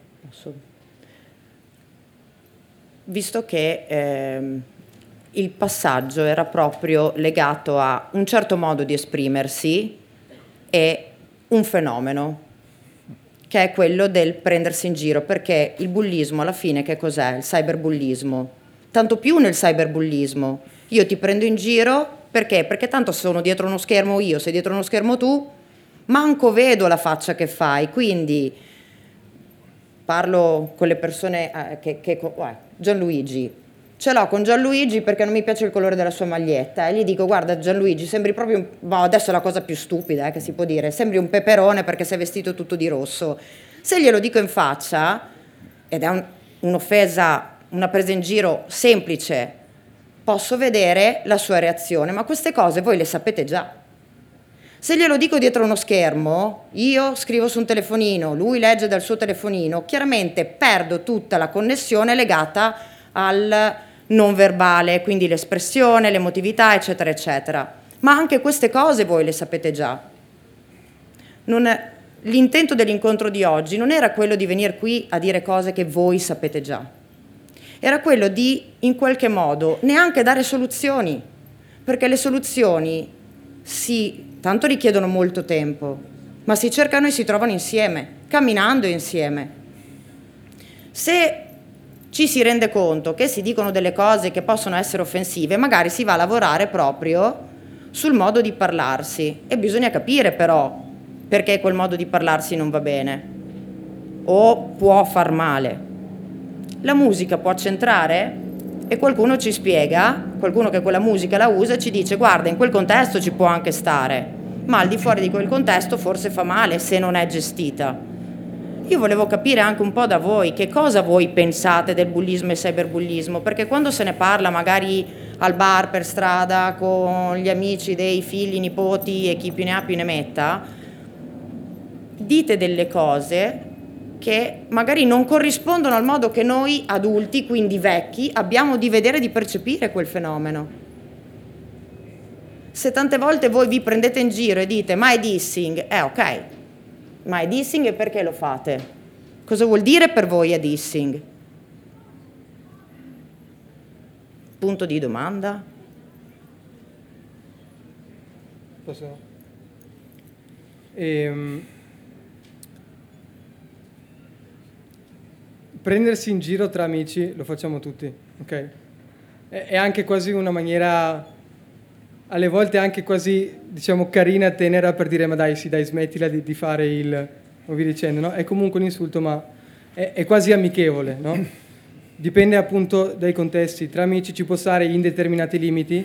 Speaker 2: Visto che il passaggio era proprio legato a un certo modo di esprimersi e un fenomeno, che è quello del prendersi in giro, perché il bullismo alla fine che cos'è? Il cyberbullismo. Tanto più nel cyberbullismo. Io ti prendo in giro perché? Perché tanto sono dietro uno schermo io, sei dietro uno schermo tu, manco vedo la faccia che fai, quindi parlo con le persone Gianluigi, ce l'ho con Gianluigi perché non mi piace il colore della sua maglietta e gli dico guarda Gianluigi sembri proprio adesso è la cosa più stupida che si può dire, sembri un peperone perché sei vestito tutto di rosso. Se glielo dico in faccia ed è un'offesa, una presa in giro semplice, posso vedere la sua reazione, ma queste cose voi le sapete già. Se glielo dico dietro uno schermo, io scrivo su un telefonino, lui legge dal suo telefonino, chiaramente perdo tutta la connessione legata al non verbale, quindi l'espressione, l'emotività, eccetera, eccetera. Ma anche queste cose voi le sapete già. L'intento dell'incontro di oggi non era quello di venire qui a dire cose che voi sapete già. Era quello di, in qualche modo, neanche dare soluzioni, perché le soluzioni tanto richiedono molto tempo, ma si cercano e si trovano insieme, camminando insieme. Se ci si rende conto che si dicono delle cose che possono essere offensive, magari si va a lavorare proprio sul modo di parlarsi e bisogna capire però perché quel modo di parlarsi non va bene o può far male. La musica può centrare e qualcuno ci spiega, qualcuno che quella musica la usa e ci dice guarda in quel contesto ci può anche stare, ma al di fuori di quel contesto forse fa male se non è gestita. Io volevo capire anche un po' da voi che cosa voi pensate del bullismo e cyberbullismo, perché quando se ne parla magari al bar, per strada, con gli amici dei figli, nipoti e chi più ne ha più ne metta, dite delle cose che magari non corrispondono al modo che noi adulti, quindi vecchi, abbiamo di vedere e di percepire quel fenomeno. Se tante volte voi vi prendete in giro e dite ma è dissing, ok, ma è dissing e perché lo fate? Cosa vuol dire per voi è dissing? Punto di domanda.
Speaker 4: Posso? Prendersi in giro tra amici lo facciamo tutti, ok? È anche quasi una maniera, alle volte anche quasi, diciamo, carina, tenera per dire ma dai, sì, dai, smettila di fare il... o via dicendo, no? È comunque un insulto, ma è quasi amichevole, no? Dipende appunto dai contesti. Tra amici ci può stare in determinati limiti.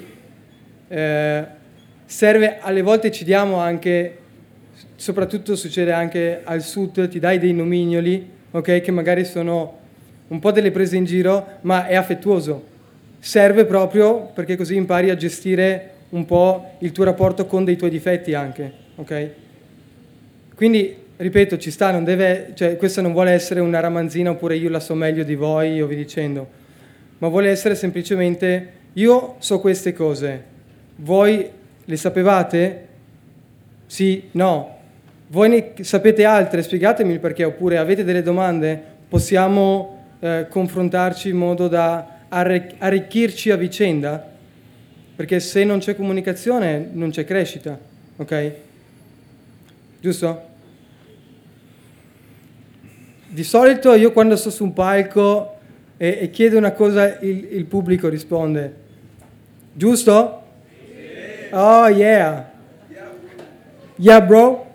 Speaker 4: Serve, alle volte ci diamo anche, soprattutto succede anche al sud, ti dai dei nomignoli, ok, che magari sono un po' delle prese in giro, ma è affettuoso. Serve proprio perché così impari a gestire un po' il tuo rapporto con dei tuoi difetti anche, ok? Quindi, ripeto, ci sta, non deve, cioè questa non vuole essere una ramanzina oppure io la so meglio di voi o vi dicendo, ma vuole essere semplicemente io so queste cose, voi le sapevate? Sì, no. Voi ne sapete altre, spiegatemi il perché, oppure avete delle domande? Possiamo confrontarci in modo da arricchirci a vicenda? Perché se non c'è comunicazione non c'è crescita, ok? Giusto? di solito io quando sto su un palco e chiedo una cosa, il pubblico risponde. Giusto? Oh yeah. Yeah bro.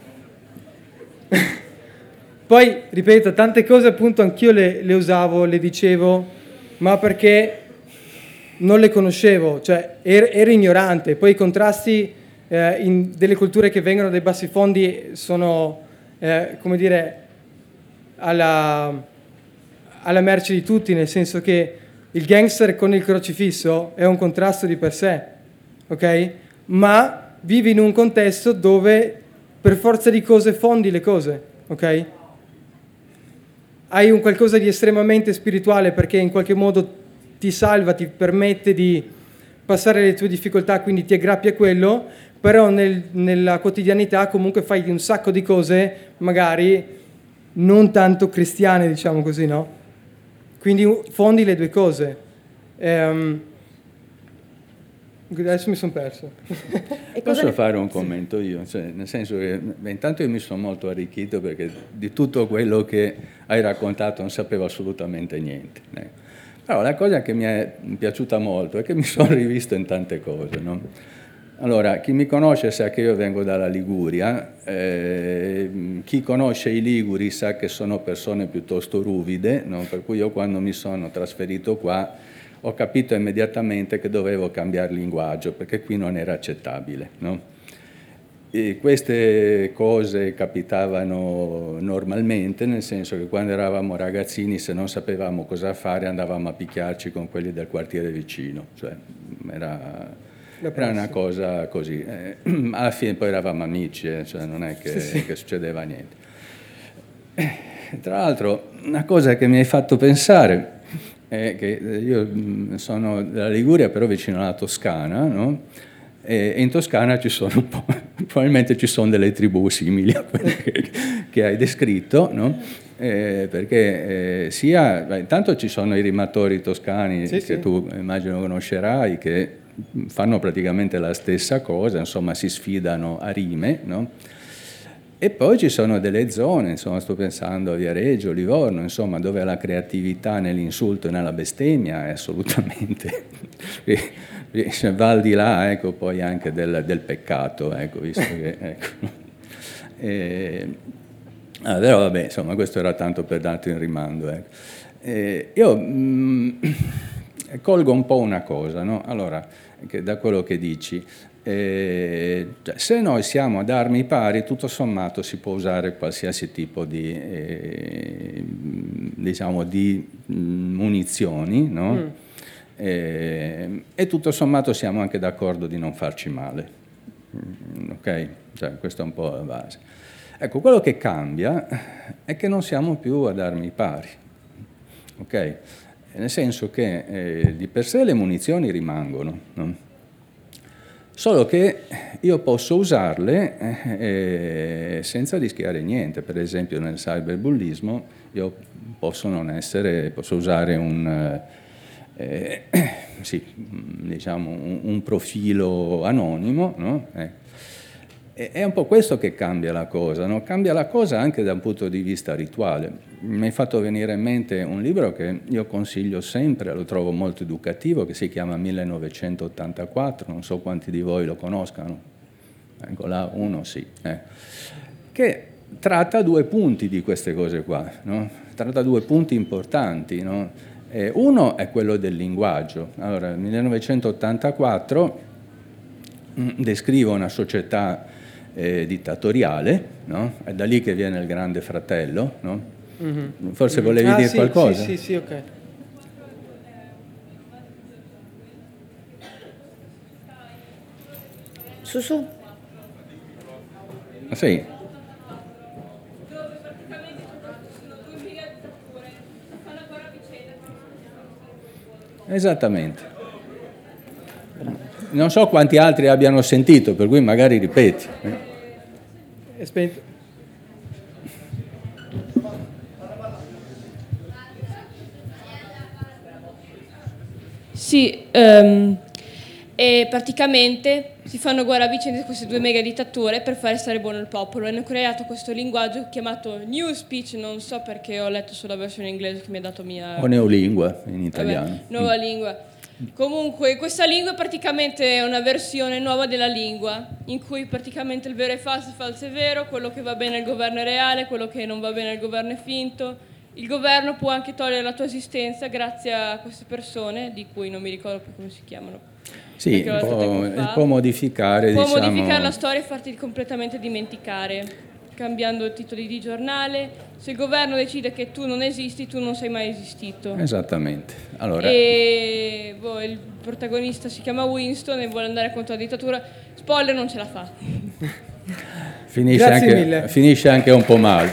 Speaker 4: Poi, ripeto, tante cose appunto anch'io le usavo, le dicevo, ma perché non le conoscevo, cioè ero ignorante. Poi i contrasti in delle culture che vengono dai bassi fondi sono, come dire, alla merce di tutti, nel senso che il gangster con il crocifisso è un contrasto di per sé, ok? Ma vivi in un contesto dove per forza di cose fondi le cose, ok? Hai un qualcosa di estremamente spirituale perché in qualche modo ti salva, ti permette di passare le tue difficoltà, quindi ti aggrappi a quello, però nella quotidianità comunque fai un sacco di cose magari non tanto cristiane, diciamo così, no? Quindi fondi le due cose. Adesso mi sono perso.
Speaker 3: Posso fare un commento io? Cioè, nel senso che intanto io mi sono molto arricchito perché di tutto quello che hai raccontato non sapevo assolutamente niente. Però la cosa che mi è piaciuta molto è che mi sono rivisto in tante cose, no? Allora, chi mi conosce sa che io vengo dalla Liguria, chi conosce i liguri sa che sono persone piuttosto ruvide, no? Per cui io quando mi sono trasferito qua ho capito immediatamente che dovevo cambiare linguaggio perché qui non era accettabile, no? E queste cose capitavano normalmente, nel senso che quando eravamo ragazzini, se non sapevamo cosa fare, andavamo a picchiarci con quelli del quartiere vicino, cioè era una cosa così. Alla fine poi eravamo amici, cioè non è che succedeva niente. Tra l'altro, una cosa che mi hai fatto pensare è che io sono della Liguria, però vicino alla Toscana, no? E in Toscana ci sono un po', probabilmente ci sono delle tribù simili a quelle che hai descritto, no? Perché intanto ci sono i rimatori toscani che tu immagino conoscerai, che fanno praticamente la stessa cosa, insomma si sfidano a rime, no? E poi ci sono delle zone, insomma sto pensando a Viareggio, Livorno, insomma dove la creatività nell'insulto e nella bestemmia è assolutamente va al di là, ecco, poi anche del peccato, ecco, visto che ecco. Però vabbè, insomma questo era tanto per darti un rimando, ecco. Io colgo un po' una cosa, no? Allora, che da quello che dici, se noi siamo ad armi pari, tutto sommato si può usare qualsiasi tipo di diciamo di munizioni, no? E tutto sommato siamo anche d'accordo di non farci male, ok? Cioè, questa è un po' la base. Ecco, quello che cambia è che non siamo più ad armi pari, ok? Nel senso che di per sé le munizioni rimangono, no? Solo che io posso usarle senza rischiare niente. Per esempio nel cyberbullismo io posso usare un profilo anonimo, no? È un po' questo che cambia la cosa, no? Cambia la cosa anche da un punto di vista rituale. Mi hai fatto venire in mente un libro che io consiglio sempre, lo trovo molto educativo, che si chiama 1984, non so quanti di voi lo conoscano, ecco là uno sì, che tratta due punti di queste cose qua, no? Tratta due punti importanti, no? Uno è quello del linguaggio. Allora, nel 1984 descrive una società dittatoriale, no? È da lì che viene il Grande Fratello, no? Mm-hmm. Forse volevi dire qualcosa?
Speaker 4: Sì, ok.
Speaker 2: Su.
Speaker 3: Ah, sì.
Speaker 5: Dove praticamente sono due dittature, fanno la guerra a vicenda.
Speaker 3: Esattamente. Non so quanti altri abbiano sentito, per cui magari ripeti.
Speaker 4: È spento.
Speaker 7: Sì, e praticamente
Speaker 5: si fanno guerra a vicenda queste due mega dittature per fare stare buono il popolo. Hanno creato questo linguaggio chiamato New Speech, non so perché ho letto solo la versione inglese che mi ha dato mia...
Speaker 3: O neolingua in italiano.
Speaker 5: Vabbè, nuova lingua. Comunque questa lingua è praticamente una versione nuova della lingua, in cui praticamente il vero è falso è vero, quello che va bene al governo è reale, quello che non va bene al governo è finto. Il governo può anche togliere la tua esistenza grazie a queste persone, di cui non mi ricordo più come si chiamano.
Speaker 3: Sì, può modificare,
Speaker 5: può
Speaker 3: diciamo...
Speaker 5: modificare la storia e farti completamente dimenticare, cambiando titoli di giornale. Se il governo decide che tu non esisti, tu non sei mai esistito.
Speaker 3: Esattamente. Allora...
Speaker 5: E il protagonista si chiama Winston e vuole andare contro la dittatura. Spoiler, non ce la fa.
Speaker 3: Finisce anche un po' male.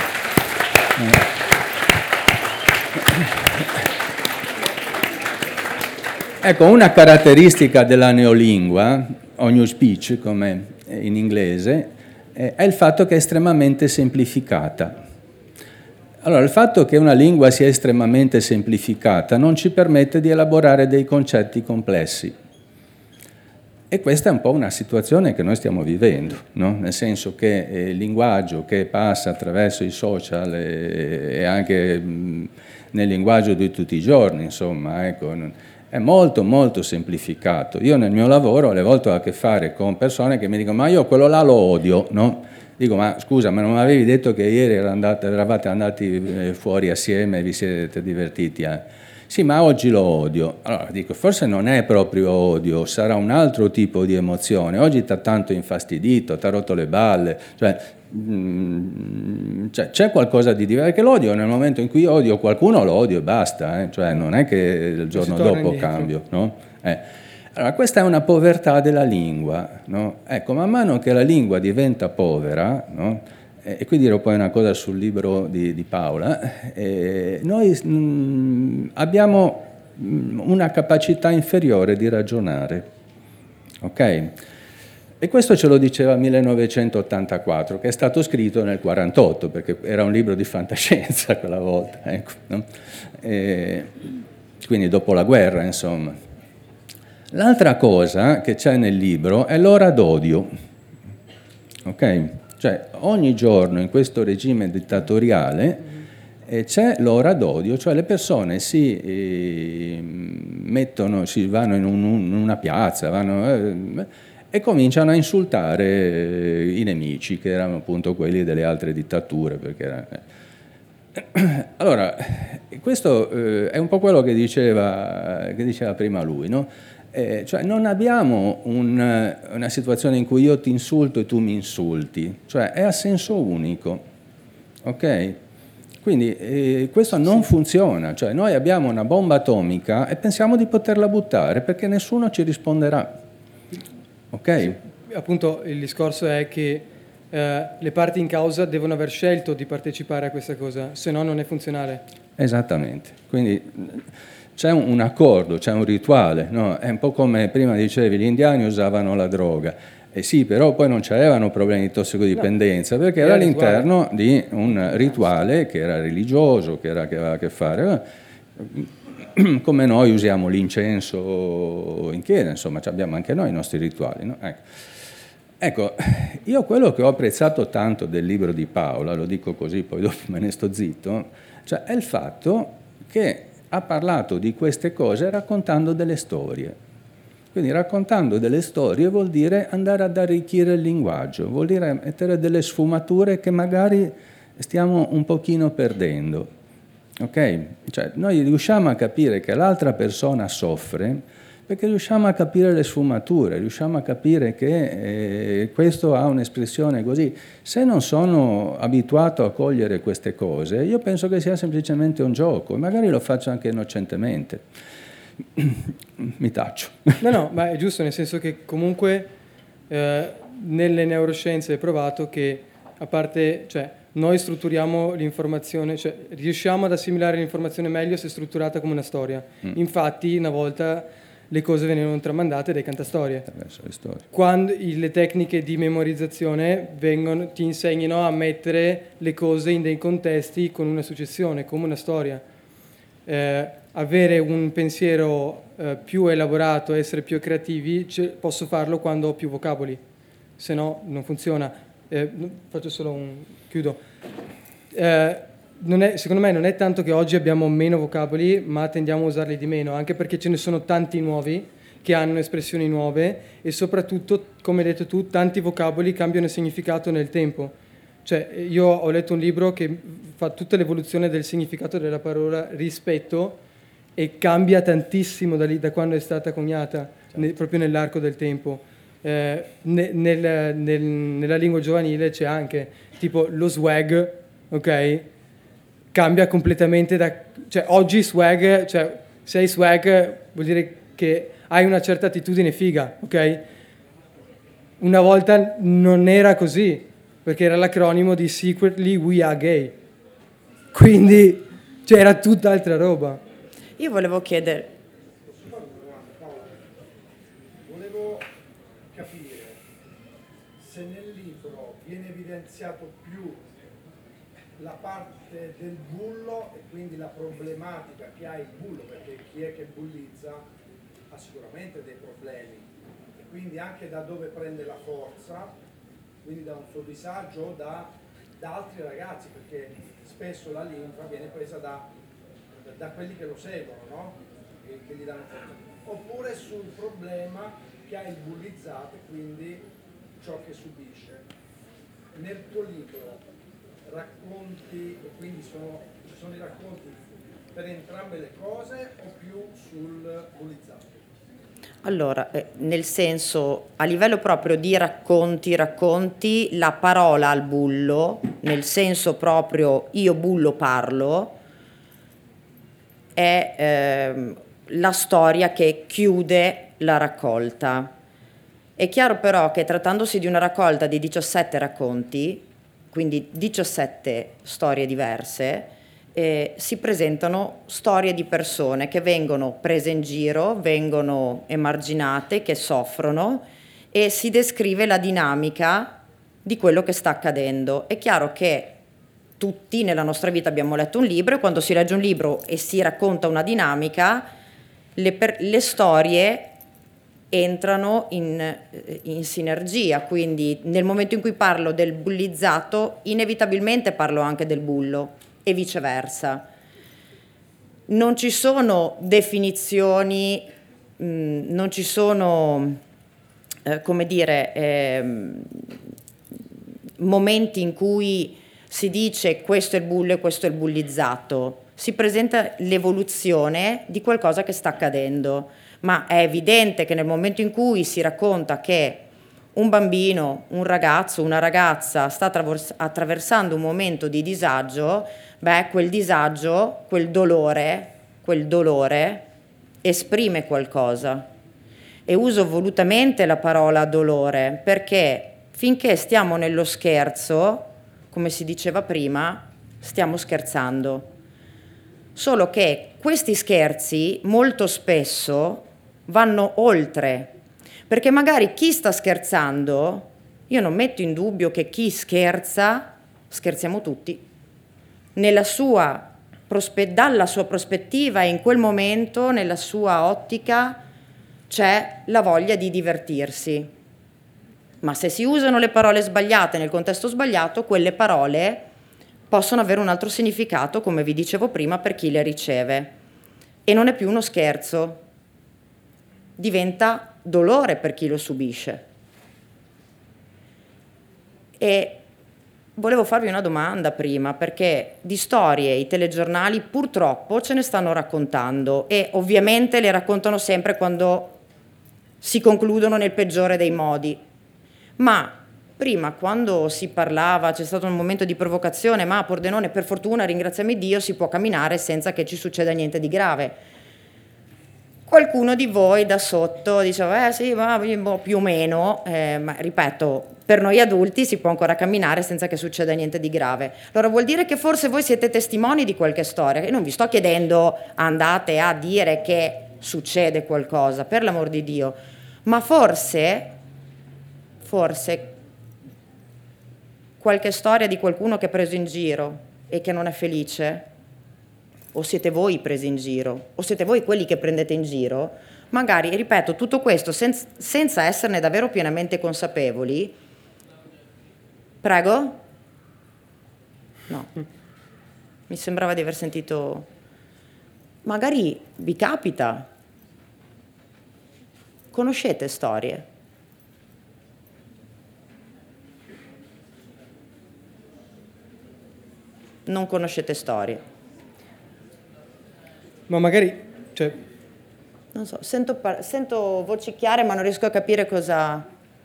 Speaker 3: Ecco, una caratteristica della neolingua, o new speech come in inglese, è il fatto che è estremamente semplificata. Allora, il fatto che una lingua sia estremamente semplificata non ci permette di elaborare dei concetti complessi. E questa è un po' una situazione che noi stiamo vivendo, no? Nel senso che il linguaggio che passa attraverso i social e anche nel linguaggio di tutti i giorni, insomma, ecco, è molto molto semplificato. Io nel mio lavoro alle volte ho a che fare con persone che mi dicono ma io quello là lo odio, no? Dico ma scusa, ma non avevi detto che ieri eravate andati fuori assieme e vi siete divertiti? Sì, ma oggi lo odio. Allora dico, forse non è proprio odio, sarà un altro tipo di emozione. Oggi t'ha tanto infastidito, t'ha rotto le balle, cioè c'è qualcosa di diverso, perché l'odio nel momento in cui odio qualcuno lo odio e basta, cioè non è che il giorno dopo cambio, no? Allora questa è una povertà della lingua, no? Ecco, man mano che la lingua diventa povera, no? E qui dirò poi una cosa sul libro di Paola, noi abbiamo una capacità inferiore di ragionare, ok? E questo ce lo diceva 1984, che è stato scritto nel 1948, perché era un libro di fantascienza quella volta, ecco, no? Quindi dopo la guerra, insomma. L'altra cosa che c'è nel libro è l'ora d'odio, ok? Cioè ogni giorno in questo regime dittatoriale c'è l'ora d'odio, cioè le persone si vanno in una piazza, e cominciano a insultare i nemici, che erano appunto quelli delle altre dittature. Allora, questo è un po' quello che diceva prima lui, no? Cioè non abbiamo una situazione in cui io ti insulto e tu mi insulti, cioè è a senso unico, ok? Quindi questo non funziona, cioè noi abbiamo una bomba atomica e pensiamo di poterla buttare perché nessuno ci risponderà, ok?
Speaker 4: Sì, appunto il discorso è che le parti in causa devono aver scelto di partecipare a questa cosa, se no non è funzionale.
Speaker 3: Esattamente, quindi c'è un accordo, c'è un rituale, no? È un po' come prima dicevi, gli indiani usavano la droga, sì, però poi non c'erano problemi di tossicodipendenza, perché era all'interno di un rituale che era religioso, che aveva a che fare, come noi usiamo l'incenso in chiesa, insomma, abbiamo anche noi i nostri rituali, no? Ecco, io quello che ho apprezzato tanto del libro di Paola, lo dico così, poi dopo me ne sto zitto, cioè è il fatto che ha parlato di queste cose raccontando delle storie. Quindi raccontando delle storie vuol dire andare ad arricchire il linguaggio, vuol dire mettere delle sfumature che magari stiamo un pochino perdendo. Ok? Cioè noi riusciamo a capire che l'altra persona soffre perché riusciamo a capire le sfumature, riusciamo a capire che questo ha un'espressione così. Se non sono abituato a cogliere queste cose, io penso che sia semplicemente un gioco, magari lo faccio anche innocentemente. Mi taccio.
Speaker 4: No, ma è giusto, nel senso che comunque nelle neuroscienze è provato che, a parte, cioè, noi strutturiamo l'informazione, cioè riusciamo ad assimilare l'informazione meglio se strutturata come una storia. Infatti, una volta le cose venivano tramandate dai cantastorie. Quando le tecniche di memorizzazione ti insegnano a mettere le cose in dei contesti con una successione, come una storia. avere un pensiero più elaborato, essere più creativi, posso farlo quando ho più vocaboli, se no non funziona. Faccio solo chiudo. Secondo me non è tanto che oggi abbiamo meno vocaboli, ma tendiamo a usarli di meno, anche perché ce ne sono tanti nuovi che hanno espressioni nuove e soprattutto, come hai detto tu, tanti vocaboli cambiano significato nel tempo. Cioè, io ho letto un libro che fa tutta l'evoluzione del significato della parola rispetto e cambia tantissimo da quando è stata coniata, proprio nell'arco del tempo. Nella lingua giovanile c'è anche tipo lo swag, ok? Cambia completamente cioè oggi swag, cioè se hai swag vuol dire che hai una certa attitudine figa, ok? Una volta non era così, perché era l'acronimo di Secretly We Are Gay. Quindi cioè, era tutt'altra roba.
Speaker 2: Io volevo chiedere...
Speaker 7: Volevo capire se nel libro viene evidenziato più la parte del bullo e quindi la problematica che ha il bullo, perché chi è che bullizza ha sicuramente dei problemi e quindi anche da dove prende la forza, quindi da un suo disagio o da altri ragazzi, perché spesso la linfa viene presa da quelli che lo seguono, no? Che gli danno forza, oppure sul problema che ha il bullizzato e quindi ciò che subisce. Nel tuo libro racconti, e quindi ci sono i racconti per entrambe le cose o più sul bullizzato?
Speaker 2: Allora, nel senso, a livello proprio di racconti, la parola al bullo, nel senso proprio io bullo parlo, è la storia che chiude la raccolta. È chiaro però che trattandosi di una raccolta di 17 racconti, quindi 17 storie diverse, si presentano storie di persone che vengono prese in giro, vengono emarginate, che soffrono e si descrive la dinamica di quello che sta accadendo. È chiaro che tutti nella nostra vita abbiamo letto un libro e quando si legge un libro e si racconta una dinamica, le storie entrano in sinergia, quindi nel momento in cui parlo del bullizzato inevitabilmente parlo anche del bullo e viceversa. Non ci sono definizioni, non ci sono, momenti in cui si dice questo è il bullo e questo è il bullizzato. Si presenta l'evoluzione di qualcosa che sta accadendo, ma è evidente che nel momento in cui si racconta che un bambino, un ragazzo, una ragazza sta attraversando un momento di disagio, quel disagio, quel dolore esprime qualcosa. E uso volutamente la parola dolore perché finché stiamo nello scherzo, come si diceva prima, stiamo scherzando. Solo che questi scherzi molto spesso vanno oltre, perché magari chi sta scherzando, io non metto in dubbio che chi scherza, scherziamo tutti, dalla sua prospettiva e in quel momento, nella sua ottica, c'è la voglia di divertirsi. Ma se si usano le parole sbagliate nel contesto sbagliato, quelle parole possono avere un altro significato, come vi dicevo prima, per chi le riceve. E non è più uno scherzo, diventa dolore per chi lo subisce. E volevo farvi una domanda prima, perché di storie i telegiornali purtroppo ce ne stanno raccontando e ovviamente le raccontano sempre quando si concludono nel peggiore dei modi. Ma prima, quando si parlava, c'è stato un momento di provocazione, ma a Pordenone per fortuna, ringraziamo Dio, si può camminare senza che ci succeda niente di grave. Qualcuno di voi da sotto diceva, sì, ma più o meno, ma ripeto, per noi adulti si può ancora camminare senza che succeda niente di grave. Allora vuol dire che forse voi siete testimoni di qualche storia. Io non vi sto chiedendo andate a dire che succede qualcosa, per l'amor di Dio, ma forse qualche storia di qualcuno che è preso in giro e che non è felice, o siete voi presi in giro, o siete voi quelli che prendete in giro, magari, ripeto, tutto questo senza esserne davvero pienamente consapevoli. Prego? No. Mi sembrava di aver sentito... Magari vi capita. Conoscete storie? Non conoscete storie?
Speaker 4: Ma magari, cioè...
Speaker 2: Non so, sento voci chiare ma non riesco a capire cosa...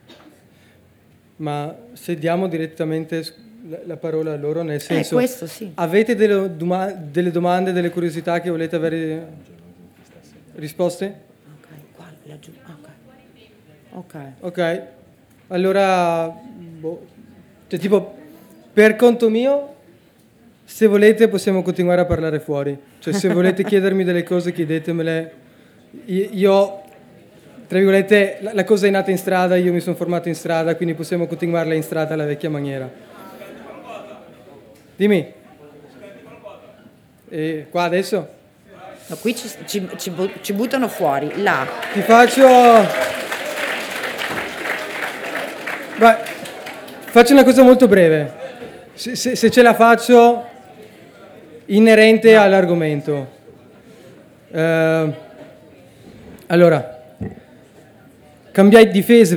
Speaker 4: Ma se diamo direttamente la parola a loro, nel senso...
Speaker 2: questo sì.
Speaker 4: Avete delle domande, delle curiosità che volete avere risposte?
Speaker 2: Ok, qua, laggiù. Ok.
Speaker 4: Ok. Allora, cioè tipo, per conto mio, se volete possiamo continuare a parlare fuori. Cioè se volete chiedermi delle cose, chiedetemele. Io, tra virgolette, la cosa è nata in strada, io mi sono formato in strada, quindi possiamo continuarla in strada alla vecchia maniera. Dimmi. E qua adesso?
Speaker 2: No, qui ci buttano fuori, là.
Speaker 4: Ti faccio... Beh, faccio una cosa molto breve. Se ce la faccio, inerente all'argomento. Allora, cambiai difese...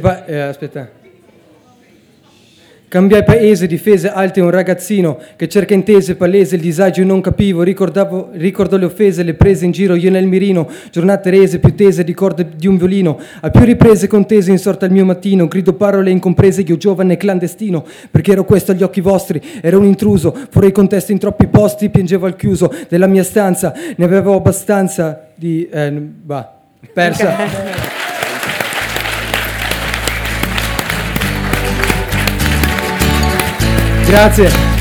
Speaker 4: Cambiai paese, difese alte un ragazzino che cerca intese, palese il disagio non capivo, ricordo le offese, le prese in giro io nel mirino, giornate rese più tese di corde di un violino, a più riprese contese insorta il mio mattino, grido parole incomprese io giovane clandestino, perché ero questo agli occhi vostri, ero un intruso, fuori contesto in troppi posti, piangevo al chiuso della mia stanza, ne avevo abbastanza di... persa. Grazie.